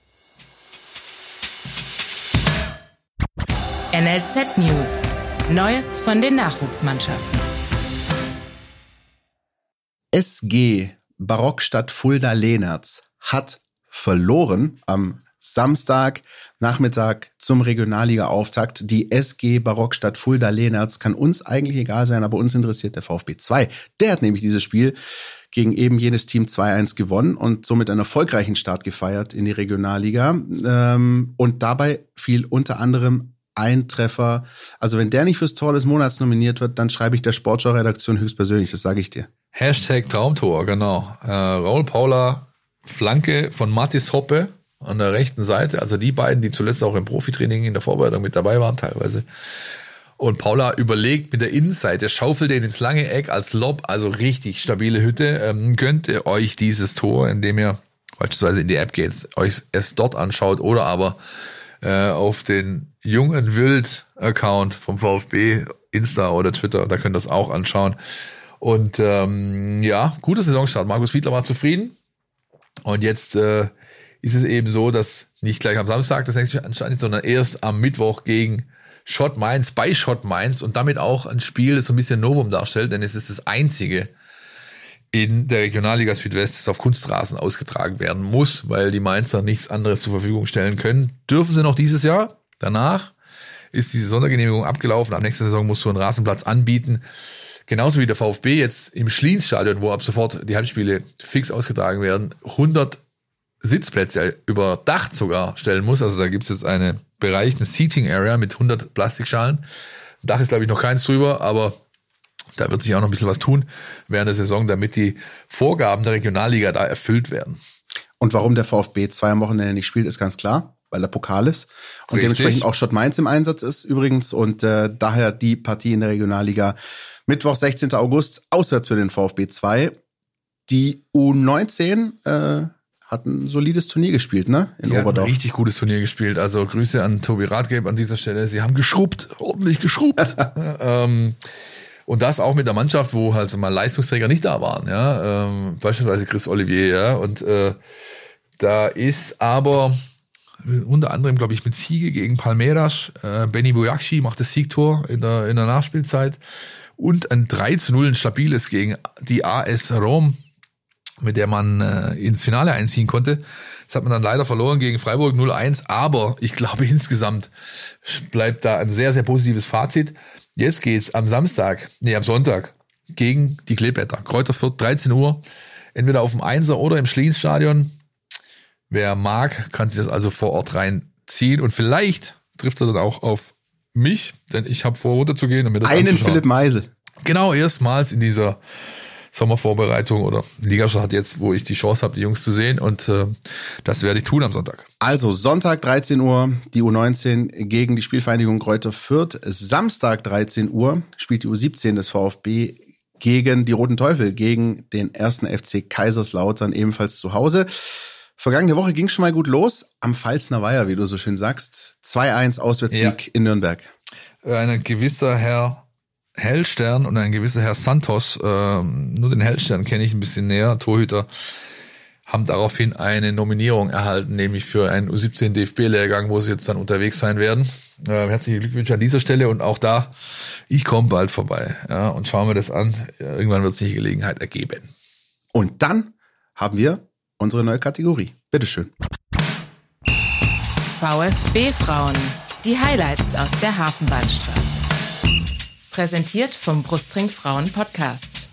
NLZ News. Neues von den Nachwuchsmannschaften. SG Barockstadt Fulda-Lehnertz hat verloren am Samstag Nachmittag zum Regionalliga-Auftakt. Die SG Barockstadt Fulda-Lehnertz kann uns eigentlich egal sein, aber uns interessiert der VfB 2. Der hat nämlich dieses Spiel gegen eben jenes Team 2-1 gewonnen und somit einen erfolgreichen Start gefeiert in die Regionalliga. Und dabei fiel unter anderem ein Treffer. Also wenn der nicht fürs Tor des Monats nominiert wird, dann schreibe ich der Sportschau-Redaktion höchstpersönlich, das sage ich dir. Hashtag Traumtor, genau. Raul Paula, Flanke von Mathis Hoppe an der rechten Seite. Also die beiden, die zuletzt auch im Profitraining in der Vorbereitung mit dabei waren teilweise. Und Paula überlegt mit der Innenseite, schaufelt den ins lange Eck als Lob, also richtig stabile Hütte. Könnt ihr euch dieses Tor, indem ihr beispielsweise in die App geht, euch es dort anschaut oder aber auf den Jungen Wild-Account vom VfB, Insta oder Twitter, da könnt ihr das auch anschauen. Und guter Saisonstart. Markus Fiedler war zufrieden. Und jetzt ist es eben so, dass nicht gleich am Samstag das nächste ansteht, sondern erst am Mittwoch gegen Schott Mainz, bei Schott Mainz und damit auch ein Spiel, das so ein bisschen Novum darstellt, denn es ist das einzige in der Regionalliga Südwest, das auf Kunstrasen ausgetragen werden muss, weil die Mainzer nichts anderes zur Verfügung stellen können. Dürfen sie noch dieses Jahr. Danach ist diese Sondergenehmigung abgelaufen. Ab nächster Saison musst du einen Rasenplatz anbieten. Genauso wie der VfB jetzt im Schliens-Stadion, wo ab sofort die Heimspiele fix ausgetragen werden, 100 Sitzplätze überdacht sogar stellen muss. Also da gibt es jetzt einen Bereich, eine Seating Area mit 100 Plastikschalen. Dach ist, glaube ich, noch keins drüber, aber da wird sich auch noch ein bisschen was tun während der Saison, damit die Vorgaben der Regionalliga da erfüllt werden. Und warum der VfB 2 am Wochenende nicht spielt, ist ganz klar, weil der Pokal ist. Und Richtig. Dementsprechend auch Schott Mainz im Einsatz ist übrigens. Und daher die Partie in der Regionalliga. Mittwoch, 16. August, auswärts für den VfB 2. Die U19 hat ein solides Turnier gespielt, ne? In Oberdorf. Ein richtig gutes Turnier gespielt. Also Grüße an Tobi Rathgeb an dieser Stelle. Sie haben geschrubbt, ordentlich geschrubbt. Und das auch mit der Mannschaft, wo halt mal Leistungsträger nicht da waren, ja. Beispielsweise Chris Olivier, ja. Und da ist aber unter anderem, glaube ich, mit Siege gegen Palmeiras, Benny Bojakci macht das Siegtor in der Nachspielzeit und ein 3-0, ein stabiles gegen die AS Rom, mit der man ins Finale einziehen konnte. Das hat man dann leider verloren gegen Freiburg 0-1, aber ich glaube insgesamt bleibt da ein sehr, sehr positives Fazit. Jetzt geht's am Sonntag gegen die Kleeblätter. Kräuter Fürth, 13 Uhr, entweder auf dem Einser oder im Schliens-Stadion. Wer mag, kann sich das also vor Ort reinziehen und vielleicht trifft er dann auch auf mich, denn ich habe vor, runterzugehen und mir das anzuschauen. Philipp Meisel. Genau, erstmals in dieser Sommervorbereitung oder Ligastart jetzt, wo ich die Chance habe, die Jungs zu sehen und das werde ich tun am Sonntag. Also Sonntag 13 Uhr, die U19 gegen die Spielvereinigung Kräuter Fürth. Samstag 13 Uhr spielt die U17 des VfB gegen die Roten Teufel, gegen den 1. FC Kaiserslautern, ebenfalls zu Hause. Vergangene Woche ging schon mal gut los, am Pfalzner Weiher, wie du so schön sagst. 2-1 Auswärtssieg in Nürnberg. Ein gewisser Herr Hellstern und ein gewisser Herr Santos, nur den Hellstern kenne ich ein bisschen näher, Torhüter, haben daraufhin eine Nominierung erhalten, nämlich für einen U17 DFB-Lehrgang, wo sie jetzt dann unterwegs sein werden. Herzliche Glückwünsche an dieser Stelle und auch da, ich komme bald vorbei, ja, und schauen wir das an. Irgendwann wird sich die Gelegenheit ergeben. Und dann haben wir unsere neue Kategorie. Bitteschön. VfB Frauen. Die Highlights aus der Hafenbahnstraße. Präsentiert vom Brustring Frauen Podcast.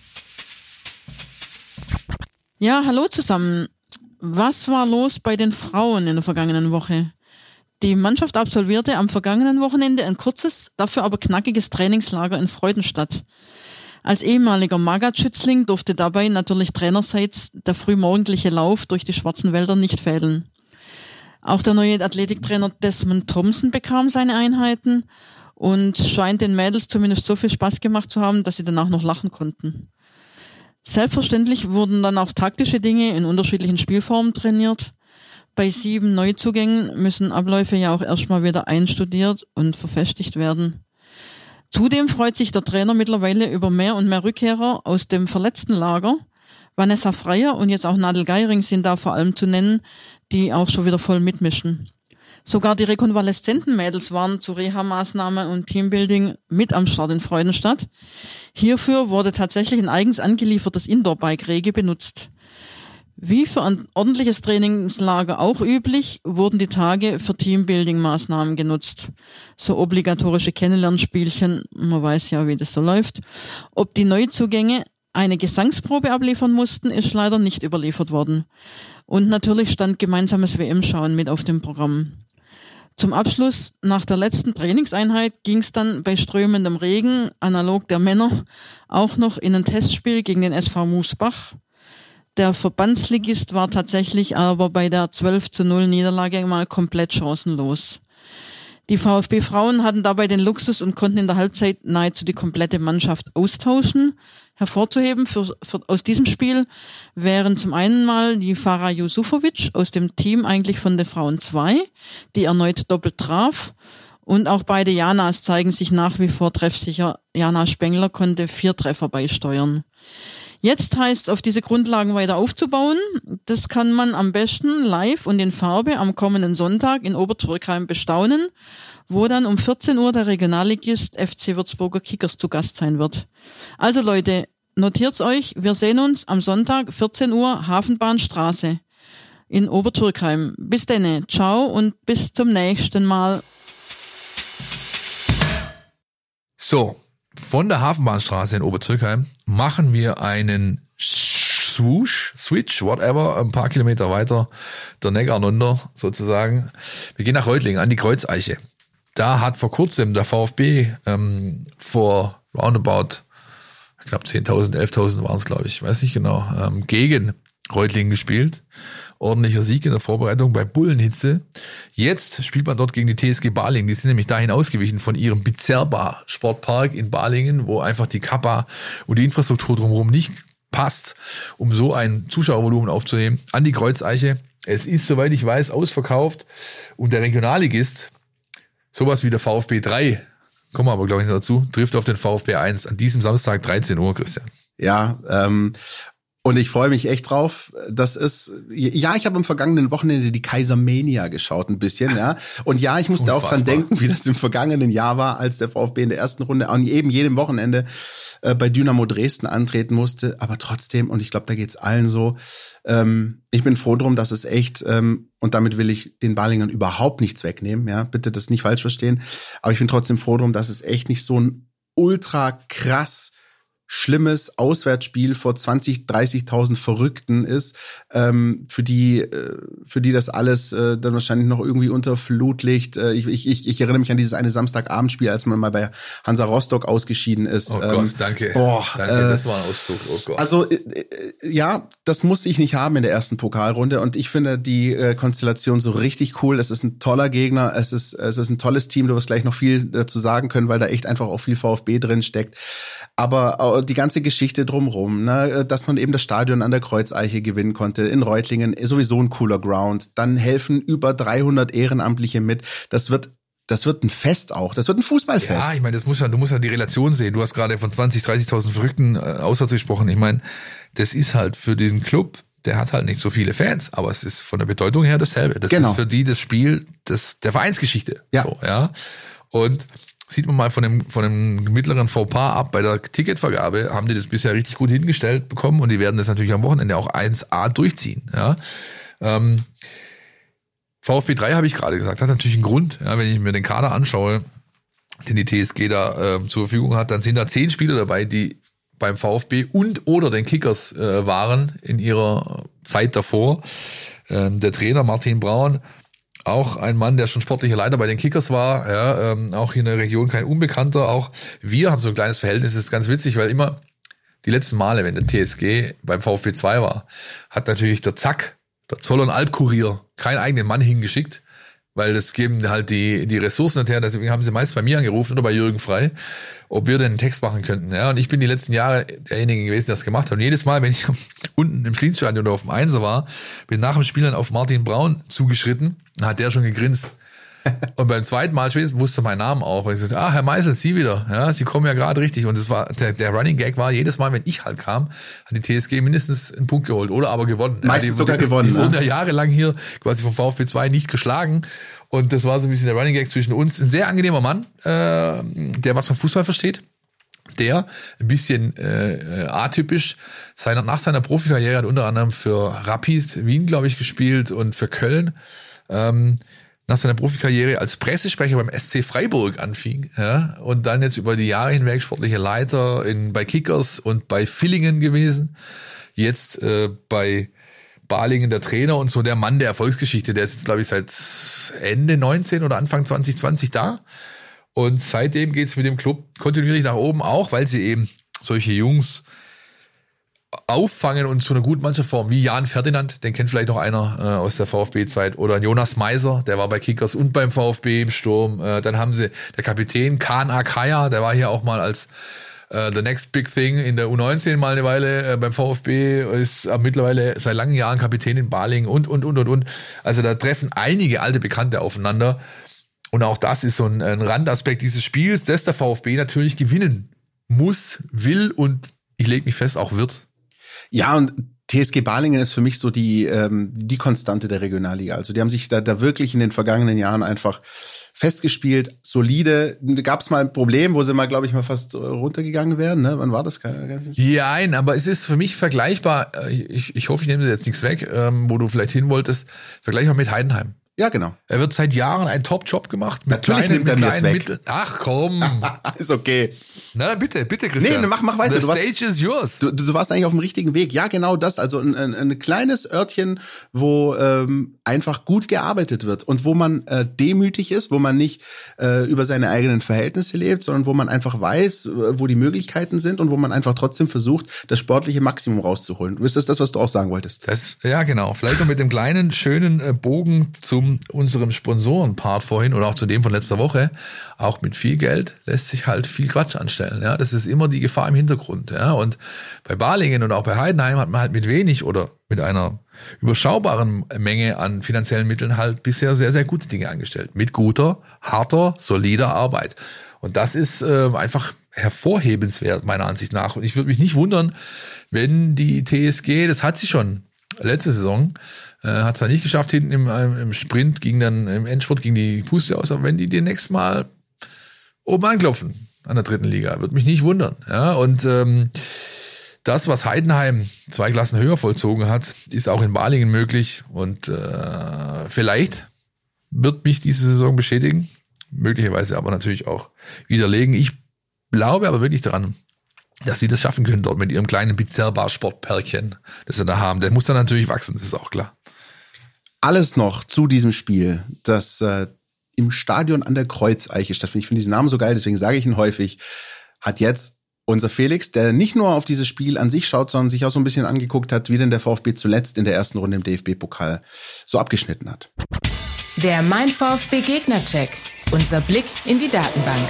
Ja, hallo zusammen. Was war los bei den Frauen in der vergangenen Woche? Die Mannschaft absolvierte am vergangenen Wochenende ein kurzes, dafür aber knackiges Trainingslager in Freudenstadt. Als ehemaliger Magat-Schützling durfte dabei natürlich trainerseits der frühmorgendliche Lauf durch die schwarzen Wälder nicht fehlen. Auch der neue Athletiktrainer Desmond Thompson bekam seine Einheiten und scheint den Mädels zumindest so viel Spaß gemacht zu haben, dass sie danach noch lachen konnten. Selbstverständlich wurden dann auch taktische Dinge in unterschiedlichen Spielformen trainiert. Bei 7 Neuzugängen müssen Abläufe ja auch erstmal wieder einstudiert und verfestigt werden. Zudem freut sich der Trainer mittlerweile über mehr und mehr Rückkehrer aus dem verletzten Lager. Vanessa Freier und jetzt auch Nadel Geiring sind da vor allem zu nennen, die auch schon wieder voll mitmischen. Sogar die rekonvaleszenten Mädels waren zu Reha-Maßnahme und Teambuilding mit am Start in Freudenstadt. Hierfür wurde tatsächlich ein eigens angeliefertes Indoor-Bike-Rege benutzt. Wie für ein ordentliches Trainingslager auch üblich, wurden die Tage für Teambuilding-Maßnahmen genutzt. So obligatorische Kennenlernspielchen, man weiß ja, wie das so läuft. Ob die Neuzugänge eine Gesangsprobe abliefern mussten, ist leider nicht überliefert worden. Und natürlich stand gemeinsames WM-Schauen mit auf dem Programm. Zum Abschluss, nach der letzten Trainingseinheit, ging es dann bei strömendem Regen, analog der Männer, auch noch in ein Testspiel gegen den SV Moosbach. Der Verbandsligist war tatsächlich aber bei der 12:0 Niederlage mal komplett chancenlos. Die VfB-Frauen hatten dabei den Luxus und konnten in der Halbzeit nahezu die komplette Mannschaft austauschen. Hervorzuheben aus diesem Spiel wären zum einen mal die Farah Yusufovic aus dem Team eigentlich von den Frauen 2, die erneut doppelt traf. Und auch beide Janas zeigen sich nach wie vor treffsicher. Jana Spengler konnte 4 Treffer beisteuern. Jetzt heißt es, auf diese Grundlagen weiter aufzubauen. Das kann man am besten live und in Farbe am kommenden Sonntag in Obertürkheim bestaunen, wo dann um 14 Uhr der Regionalligist FC Würzburger Kickers zu Gast sein wird. Also Leute, notiert's euch, wir sehen uns am Sonntag 14 Uhr Hafenbahnstraße in Obertürkheim. Bis denne, ciao und bis zum nächsten Mal. So, von der Hafenbahnstraße in Obertürkheim machen wir einen Switch, whatever, ein paar Kilometer weiter, der Neckar runter sozusagen. Wir gehen nach Reutlingen an die Kreuzeiche. Da hat vor kurzem der VfB vor roundabout knapp 10.000, 11.000 waren es, glaube ich, weiß nicht genau, gegen Reutlingen gespielt. Ordentlicher Sieg in der Vorbereitung bei Bullenhitze. Jetzt spielt man dort gegen die TSG Balingen. Die sind nämlich dahin ausgewichen von ihrem Bizerba Sportpark in Balingen, wo einfach die Kappa und die Infrastruktur drumherum nicht passt, um so ein Zuschauervolumen aufzunehmen, an die Kreuzeiche. Es ist, soweit ich weiß, ausverkauft und der Regionalligist, sowas wie der VfB 3, kommen wir aber glaube ich noch dazu, trifft auf den VfB 1 an diesem Samstag 13 Uhr, Christian. Ja, und ich freue mich echt drauf. Das ist, ja, ich habe am vergangenen Wochenende die Kaisermania geschaut ein bisschen, ja. Und ja, ich musste auch dran denken, wie das im vergangenen Jahr war, als der VfB in der ersten Runde an eben jedem Wochenende bei Dynamo Dresden antreten musste. Aber trotzdem, und ich glaube, da geht's allen so, ich bin froh drum, dass es echt, und damit will ich den Balingern überhaupt nichts wegnehmen, ja, bitte das nicht falsch verstehen, aber ich bin trotzdem froh drum, dass es echt nicht so ein ultra krass schlimmes Auswärtsspiel vor 20.000, 30.000 Verrückten ist, für die das alles dann wahrscheinlich noch irgendwie unter Flutlicht. Ich erinnere mich an dieses eine Samstagabendspiel, als man mal bei Hansa Rostock ausgeschieden ist. Oh Gott, danke. Danke, das war ein Ausflug. Oh Gott. Also ja, das musste ich nicht haben in der ersten Pokalrunde und ich finde die Konstellation so richtig cool. Es ist ein toller Gegner, es ist ein tolles Team. Du wirst gleich noch viel dazu sagen können, weil da echt einfach auch viel VfB drin steckt. Aber die ganze Geschichte drumherum, ne, dass man eben das Stadion an der Kreuzeiche gewinnen konnte, in Reutlingen, sowieso ein cooler Ground. Dann helfen über 300 Ehrenamtliche mit. Das wird ein Fest auch. Das wird ein Fußballfest. Ja, ich meine, du musst ja die Relation sehen. Du hast gerade von 20.000, 30.000 Verrückten auswärts gesprochen. Ich meine, das ist halt für den Club, der hat halt nicht so viele Fans, aber es ist von der Bedeutung her dasselbe. Das ist für die das Spiel der Vereinsgeschichte. Ja. So, ja. Und sieht man mal von dem mittleren Fauxpas ab bei der Ticketvergabe, haben die das bisher richtig gut hingestellt bekommen und die werden das natürlich am Wochenende auch 1A durchziehen. Ja. VfB 3 habe ich gerade gesagt, hat natürlich einen Grund. Ja, wenn ich mir den Kader anschaue, den die TSG da zur Verfügung hat, dann sind da 10 Spieler dabei, die beim VfB und oder den Kickers waren in ihrer Zeit davor. Der Trainer Martin Braun, auch ein Mann, der schon sportlicher Leiter bei den Kickers war, ja, auch hier in der Region kein Unbekannter. Auch wir haben so ein kleines Verhältnis, das ist ganz witzig, weil immer die letzten Male, wenn der TSG beim VfB 2 war, hat natürlich der Zollern Albkurier keinen eigenen Mann hingeschickt, weil das geben halt die Ressourcen nicht her. Deswegen haben sie meist bei mir angerufen oder bei Jürgen Frey, ob wir denn einen Text machen könnten. Ja, und ich bin die letzten Jahre derjenige gewesen, der das gemacht hat. Und jedes Mal, wenn ich unten im Schließstadion oder auf dem Einser war, bin nach dem Spiel dann auf Martin Braun zugeschritten, dann hat der schon gegrinst. Und beim zweiten Mal spätestens wusste mein Namen auch. Und ich sagte, Herr Meisel, Sie wieder. Ja, Sie kommen ja gerade richtig. Und es war, der Running Gag war, jedes Mal, wenn ich halt kam, hat die TSG mindestens einen Punkt geholt oder aber gewonnen. Meistens sogar gewonnen. Die wurden ja jahrelang hier quasi vom VfB 2 nicht geschlagen. Und das war so ein bisschen der Running Gag zwischen uns. Ein sehr angenehmer Mann, der was von Fußball versteht. der ein bisschen atypisch nach seiner Profikarriere hat unter anderem für Rapid Wien, glaube ich, gespielt und für Köln. Nach seiner Profikarriere als Pressesprecher beim SC Freiburg anfing, ja, und dann jetzt über die Jahre hinweg sportlicher Leiter bei Kickers und bei Villingen gewesen. Jetzt bei Balingen der Trainer und so der Mann der Erfolgsgeschichte. Der ist jetzt, glaube ich, seit Ende 19 oder Anfang 2020 da. Und seitdem geht's mit dem Club kontinuierlich nach oben, auch weil sie eben solche Jungs auffangen und zu einer guten Mannschaft formen, wie Jan Ferdinand, den kennt vielleicht noch einer aus der VfB-Zeit, oder Jonas Meiser, der war bei Kickers und beim VfB im Sturm. Dann haben sie der Kapitän Kaan Akaya, der war hier auch mal als the next big thing in der U19 mal eine Weile beim VfB, ist mittlerweile seit langen Jahren Kapitän in Balingen und. Also da treffen einige alte Bekannte aufeinander. Und auch das ist so ein Randaspekt dieses Spiels, dass der VfB natürlich gewinnen muss, will und ich lege mich fest, auch wird. Ja, und TSG Balingen ist für mich so die Konstante der Regionalliga. Also die haben sich da wirklich in den vergangenen Jahren einfach festgespielt, solide. Gab es mal ein Problem, wo sie mal, glaube ich, mal fast runtergegangen wären, ne? Wann war das? Ja, aber es ist für mich vergleichbar, ich hoffe, ich nehme dir jetzt nichts weg, wo du vielleicht hin wolltest, vergleichbar mit Heidenheim. Ja, genau. Er wird seit Jahren einen Top-Job gemacht. Natürlich nimmt er mir es weg. Mitteln. Ach komm. Ist okay. Na dann bitte Christian. Nee, mach weiter. The stage is yours. Du warst eigentlich auf dem richtigen Weg. Ja, genau das. Also ein kleines Örtchen, wo einfach gut gearbeitet wird und wo man demütig ist, wo man nicht über seine eigenen Verhältnisse lebt, sondern wo man einfach weiß, wo die Möglichkeiten sind und wo man einfach trotzdem versucht, das sportliche Maximum rauszuholen. Ist das, was du auch sagen wolltest? Ja, genau. Vielleicht noch mit dem kleinen, schönen Bogen zum unserem Sponsoren-Part vorhin oder auch zu dem von letzter Woche. Auch mit viel Geld lässt sich halt viel Quatsch anstellen. Ja, das ist immer die Gefahr im Hintergrund. Ja, und bei Balingen und auch bei Heidenheim hat man halt mit wenig oder mit einer überschaubaren Menge an finanziellen Mitteln halt bisher sehr, sehr gute Dinge angestellt. Mit guter, harter, solider Arbeit. Und das ist einfach hervorhebenswert, meiner Ansicht nach. Und ich würde mich nicht wundern, wenn die TSG, das hat sie schon letzte Saison, hat es ja nicht geschafft, hinten im Sprint im Endspurt ging die Puste aus, aber wenn die demnächst mal oben anklopfen an der 3. Liga, würde mich nicht wundern. Ja, und das, was Heidenheim 2 Klassen höher vollzogen hat, ist auch in Balingen möglich und vielleicht wird mich diese Saison bestätigen, möglicherweise aber natürlich auch widerlegen. Ich glaube aber wirklich daran, dass sie das schaffen können dort mit ihrem kleinen Bizerrbar-Sportpärchen, das sie da haben. Der muss dann natürlich wachsen, das ist auch klar. Alles noch zu diesem Spiel, das im Stadion an der Kreuzeiche stattfindet. Ich finde diesen Namen so geil, deswegen sage ich ihn häufig. Hat jetzt unser Felix, der nicht nur auf dieses Spiel an sich schaut, sondern sich auch so ein bisschen angeguckt hat, wie denn der VfB zuletzt in der ersten Runde im DFB-Pokal so abgeschnitten hat. Der Mein VfB Gegner-Check. Unser Blick in die Datenbank.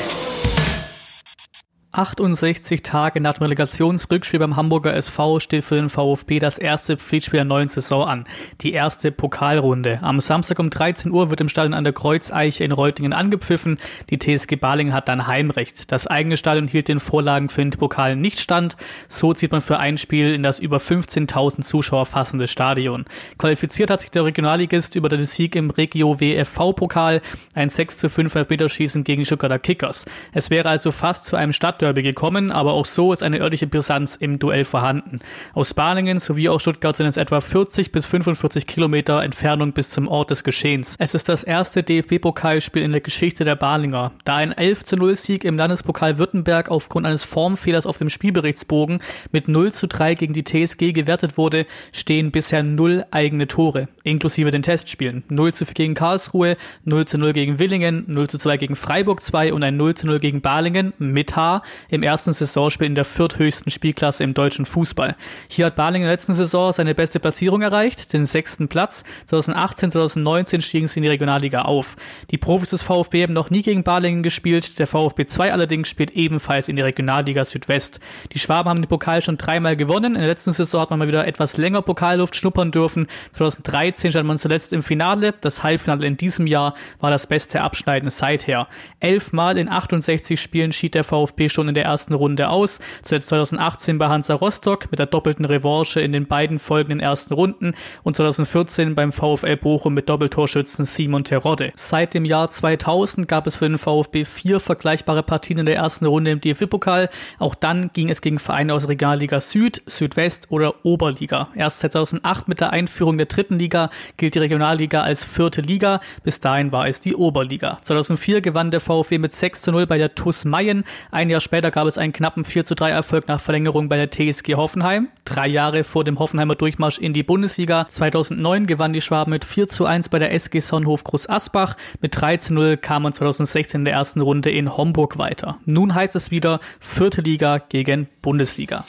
68 Tage nach dem Relegationsrückspiel beim Hamburger SV steht für den VfB das erste Pflichtspiel der neuen Saison an. Die erste Pokalrunde. Am Samstag um 13 Uhr wird im Stadion an der Kreuzeiche in Reutlingen angepfiffen. Die TSG Balingen hat dann Heimrecht. Das eigene Stadion hielt den Vorlagen für den Pokal nicht stand. So zieht man für ein Spiel in das über 15.000 Zuschauer fassende Stadion. Qualifiziert hat sich der Regionalligist über den Sieg im Regio WFV-Pokal, ein 6:5 Elfmeterschießen gegen Stuttgarter Kickers. Es wäre also fast zu einem Stadtderby gekommen, aber auch so ist eine örtliche Brisanz im Duell vorhanden. Aus Balingen sowie auch Stuttgart sind es etwa 40 bis 45 Kilometer Entfernung bis zum Ort des Geschehens. Es ist das erste DFB-Pokalspiel in der Geschichte der Balinger. Da ein 11:0-Sieg im Landespokal Württemberg aufgrund eines Formfehlers auf dem Spielberichtsbogen mit 0:3 gegen die TSG gewertet wurde, stehen bisher 0 eigene Tore, inklusive den Testspielen. 0:4 gegen Karlsruhe, 0:0 gegen Villingen, 0:2 gegen Freiburg 2 und ein 0:0 gegen Balingen mit H im ersten Saisonspiel in der vierthöchsten Spielklasse im deutschen Fußball. Hier hat Balingen in der letzten Saison seine beste Platzierung erreicht, den 6. Platz. 2018, 2019 stiegen sie in die Regionalliga auf. Die Profis des VfB haben noch nie gegen Balingen gespielt, der VfB 2 allerdings spielt ebenfalls in die Regionalliga Südwest. Die Schwaben haben den Pokal schon 3-mal gewonnen. In der letzten Saison hat man mal wieder etwas länger Pokalluft schnuppern dürfen. 2013 stand man zuletzt im Finale. Das Halbfinale in diesem Jahr war das beste Abschneiden seither. 11 Mal in 68 Spielen schied der VfB schon schon in der ersten Runde aus. Zuletzt 2018 bei Hansa Rostock mit der doppelten Revanche in den beiden folgenden ersten Runden und 2014 beim VfL Bochum mit Doppeltorschützen Simon Terodde. Seit dem Jahr 2000 gab es für den VfB 4 vergleichbare Partien in der ersten Runde im DFB-Pokal. Auch dann ging es gegen Vereine aus Regionalliga Süd, Südwest oder Oberliga. Erst 2008 mit der Einführung der dritten Liga gilt die Regionalliga als vierte Liga. Bis dahin war es die Oberliga. 2004 gewann der VfB mit 6:0 bei der TuS Mayen. Ein Jahr später gab es einen knappen 4:3 Erfolg nach Verlängerung bei der TSG Hoffenheim. 3 Jahre vor dem Hoffenheimer Durchmarsch in die Bundesliga. 2009 gewann die Schwaben mit 4:1 bei der SG Sonnenhof Groß Asbach. Mit 13:0 kam man 2016 in der ersten Runde in Homburg weiter. Nun heißt es wieder vierte Liga gegen Bundesliga.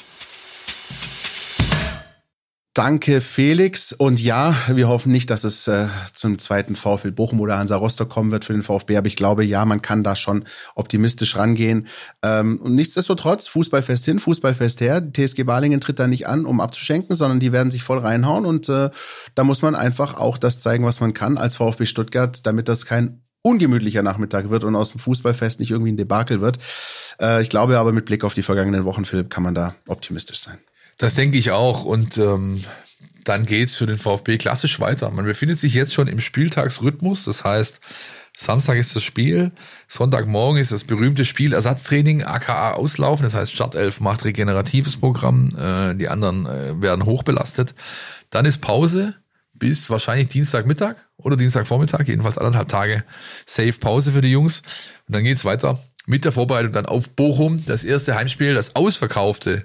Danke, Felix. Und ja, wir hoffen nicht, dass es zum zweiten VfL Bochum oder Hansa Rostock kommen wird für den VfB. Aber ich glaube, ja, man kann da schon optimistisch rangehen. Und nichtsdestotrotz, Fußballfest hin, Fußballfest her. Die TSG Balingen tritt da nicht an, um abzuschenken, sondern die werden sich voll reinhauen. Und da muss man einfach auch das zeigen, was man kann als VfB Stuttgart, damit das kein ungemütlicher Nachmittag wird und aus dem Fußballfest nicht irgendwie ein Debakel wird. Ich glaube aber, mit Blick auf die vergangenen Wochen, Philipp, kann man da optimistisch sein. Das denke ich auch. Und dann geht's für den VfB klassisch weiter. Man befindet sich jetzt schon im Spieltagsrhythmus. Das heißt, Samstag ist das Spiel, Sonntagmorgen ist das berühmte Spielersatztraining, aka Auslaufen. Das heißt, Startelf macht regeneratives Programm, die anderen werden hochbelastet. Dann ist Pause bis wahrscheinlich Dienstagmittag oder Dienstagvormittag, jedenfalls 1,5 Tage Safe Pause für die Jungs. Und dann geht's weiter mit der Vorbereitung dann auf Bochum. Das erste Heimspiel, das ausverkaufte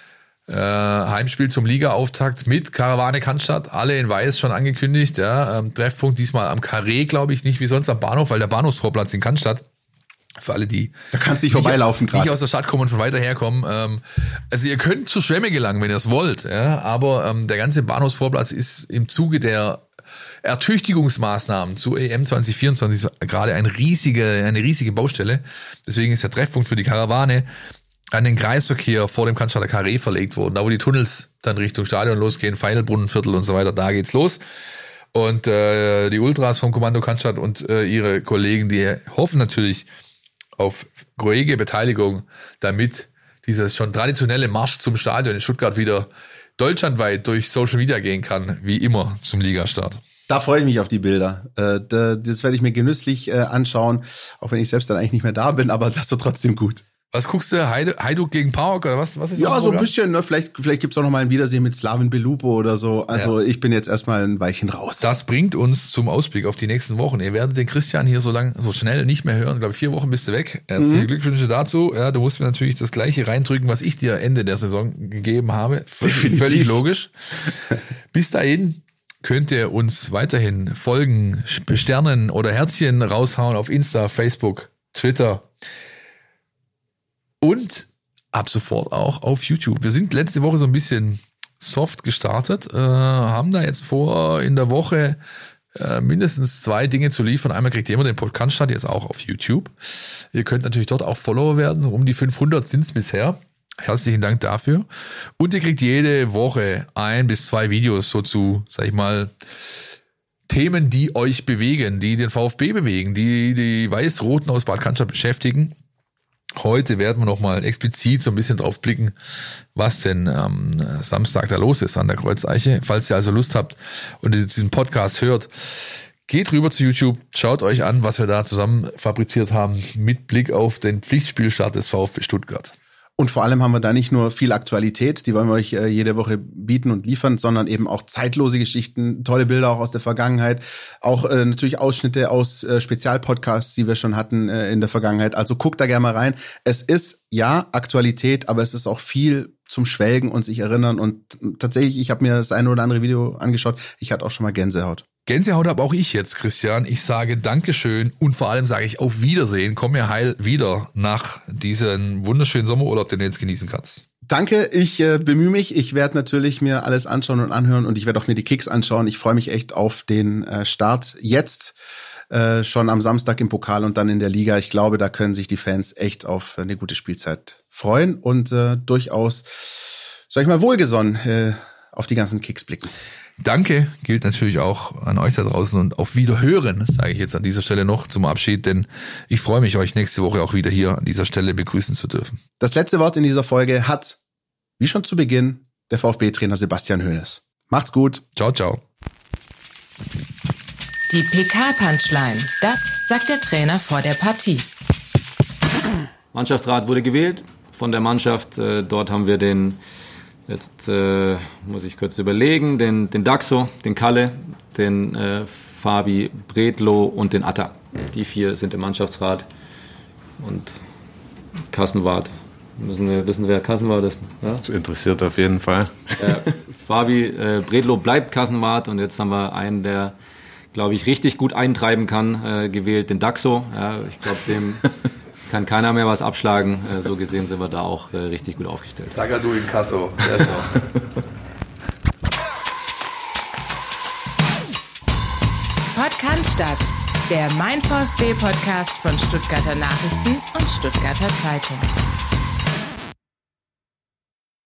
Heimspiel zum Liga-Auftakt mit Karawane Cannstatt, alle in weiß schon angekündigt, ja, Treffpunkt diesmal am Carré, glaube ich, nicht wie sonst am Bahnhof, weil der Bahnhofsvorplatz in Cannstatt, für alle, die da kannst du nicht vorbeilaufen gerade, nicht aus der Stadt kommen und von weiter herkommen, also ihr könnt zur Schwemme gelangen, wenn ihr es wollt, ja, aber der ganze Bahnhofsvorplatz ist im Zuge der Ertüchtigungsmaßnahmen zu EM 2024 gerade eine riesige Baustelle, deswegen ist der Treffpunkt für die Karawane an den Kreisverkehr vor dem Cannstatter Carré verlegt worden. Da, wo die Tunnels dann Richtung Stadion losgehen, Feidelbrunnenviertel und so weiter, da geht's los. Und die Ultras vom Kommando Cannstatt und ihre Kollegen, die hoffen natürlich auf rege Beteiligung, damit dieses schon traditionelle Marsch zum Stadion in Stuttgart wieder deutschlandweit durch Social Media gehen kann, wie immer zum Ligastart. Da freue ich mich auf die Bilder. Das werde ich mir genüsslich anschauen, auch wenn ich selbst dann eigentlich nicht mehr da bin, aber das wird trotzdem gut. Was guckst du? Hajduk gegen PAOK oder was ist das? Ja, so ein bisschen, ne? Vielleicht gibt's auch noch mal ein Wiedersehen mit Slaven Belupo oder so. Also Ich bin jetzt erstmal ein Weilchen raus. Das bringt uns zum Ausblick auf die nächsten Wochen. Ihr werdet den Christian hier so schnell nicht mehr hören. Ich glaube, 4 Wochen bist du weg. Herzliche Glückwünsche dazu. Ja, du musst mir natürlich das Gleiche reindrücken, was ich dir Ende der Saison gegeben habe. Völlig logisch. Bis dahin könnt ihr uns weiterhin folgen, Sternen oder Herzchen raushauen auf Insta, Facebook, Twitter. Und ab sofort auch auf YouTube. Wir sind letzte Woche so ein bisschen soft gestartet, haben da jetzt vor, in der Woche mindestens 2 Dinge zu liefern. Einmal kriegt ihr immer den Podcast jetzt auch auf YouTube. Ihr könnt natürlich dort auch Follower werden. Um die 500 sind es bisher. Herzlichen Dank dafür. Und ihr kriegt jede Woche 1 bis 2 Videos so zu, sag ich mal, Themen, die euch bewegen, die den VfB bewegen, die Weiß-Roten aus Bad Cannstatt beschäftigen. Heute werden wir nochmal explizit so ein bisschen drauf blicken, was denn am Samstag da los ist an der Kreuzeiche. Falls ihr also Lust habt und diesen Podcast hört, geht rüber zu YouTube, schaut euch an, was wir da zusammen fabriziert haben mit Blick auf den Pflichtspielstart des VfB Stuttgart. Und vor allem haben wir da nicht nur viel Aktualität, die wollen wir euch jede Woche bieten und liefern, sondern eben auch zeitlose Geschichten, tolle Bilder auch aus der Vergangenheit, auch natürlich Ausschnitte aus Spezialpodcasts, die wir schon hatten in der Vergangenheit. Also guckt da gerne mal rein. Es ist, ja, Aktualität, aber es ist auch viel zum Schwelgen und sich erinnern. Und tatsächlich, ich habe mir das eine oder andere Video angeschaut, ich hatte auch schon mal Gänsehaut. Gänsehaut habe auch ich jetzt, Christian. Ich sage Dankeschön und vor allem sage ich auf Wiedersehen. Komm mir heil wieder nach diesem wunderschönen Sommerurlaub, den du jetzt genießen kannst. Danke, ich bemühe mich. Ich werde natürlich mir alles anschauen und anhören und ich werde auch mir die Kicks anschauen. Ich freue mich echt auf den Start jetzt schon am Samstag im Pokal und dann in der Liga. Ich glaube, da können sich die Fans echt auf eine gute Spielzeit freuen und durchaus, sag ich mal, wohlgesonnen auf die ganzen Kicks blicken. Danke gilt natürlich auch an euch da draußen und auf Wiederhören, sage ich jetzt an dieser Stelle noch zum Abschied, denn ich freue mich, euch nächste Woche auch wieder hier an dieser Stelle begrüßen zu dürfen. Das letzte Wort in dieser Folge hat, wie schon zu Beginn, der VfB-Trainer Sebastian Hoeneß. Macht's gut. Ciao, ciao. Die PK-Punchline, das sagt der Trainer vor der Partie. Mannschaftsrat wurde gewählt von der Mannschaft. Dort haben wir den, jetzt muss ich kurz überlegen, den Daxo, den Kalle, den Fabi Bredlow und den Atta. Die 4 sind im Mannschaftsrat. Und Kassenwart. Müssen wir wissen, wer Kassenwart ist. Ja? Das interessiert auf jeden Fall. Fabi Bredlow bleibt Kassenwart und jetzt haben wir einen, der, glaube ich, richtig gut eintreiben kann, gewählt, den Daxo. Ja, ich glaube, dem kann keiner mehr was abschlagen. So gesehen sind wir da auch richtig gut aufgestellt. Sagadu in Kasso. Podcast, der Mein VfB-Podcast von Stuttgarter Nachrichten und Stuttgarter Zeitung.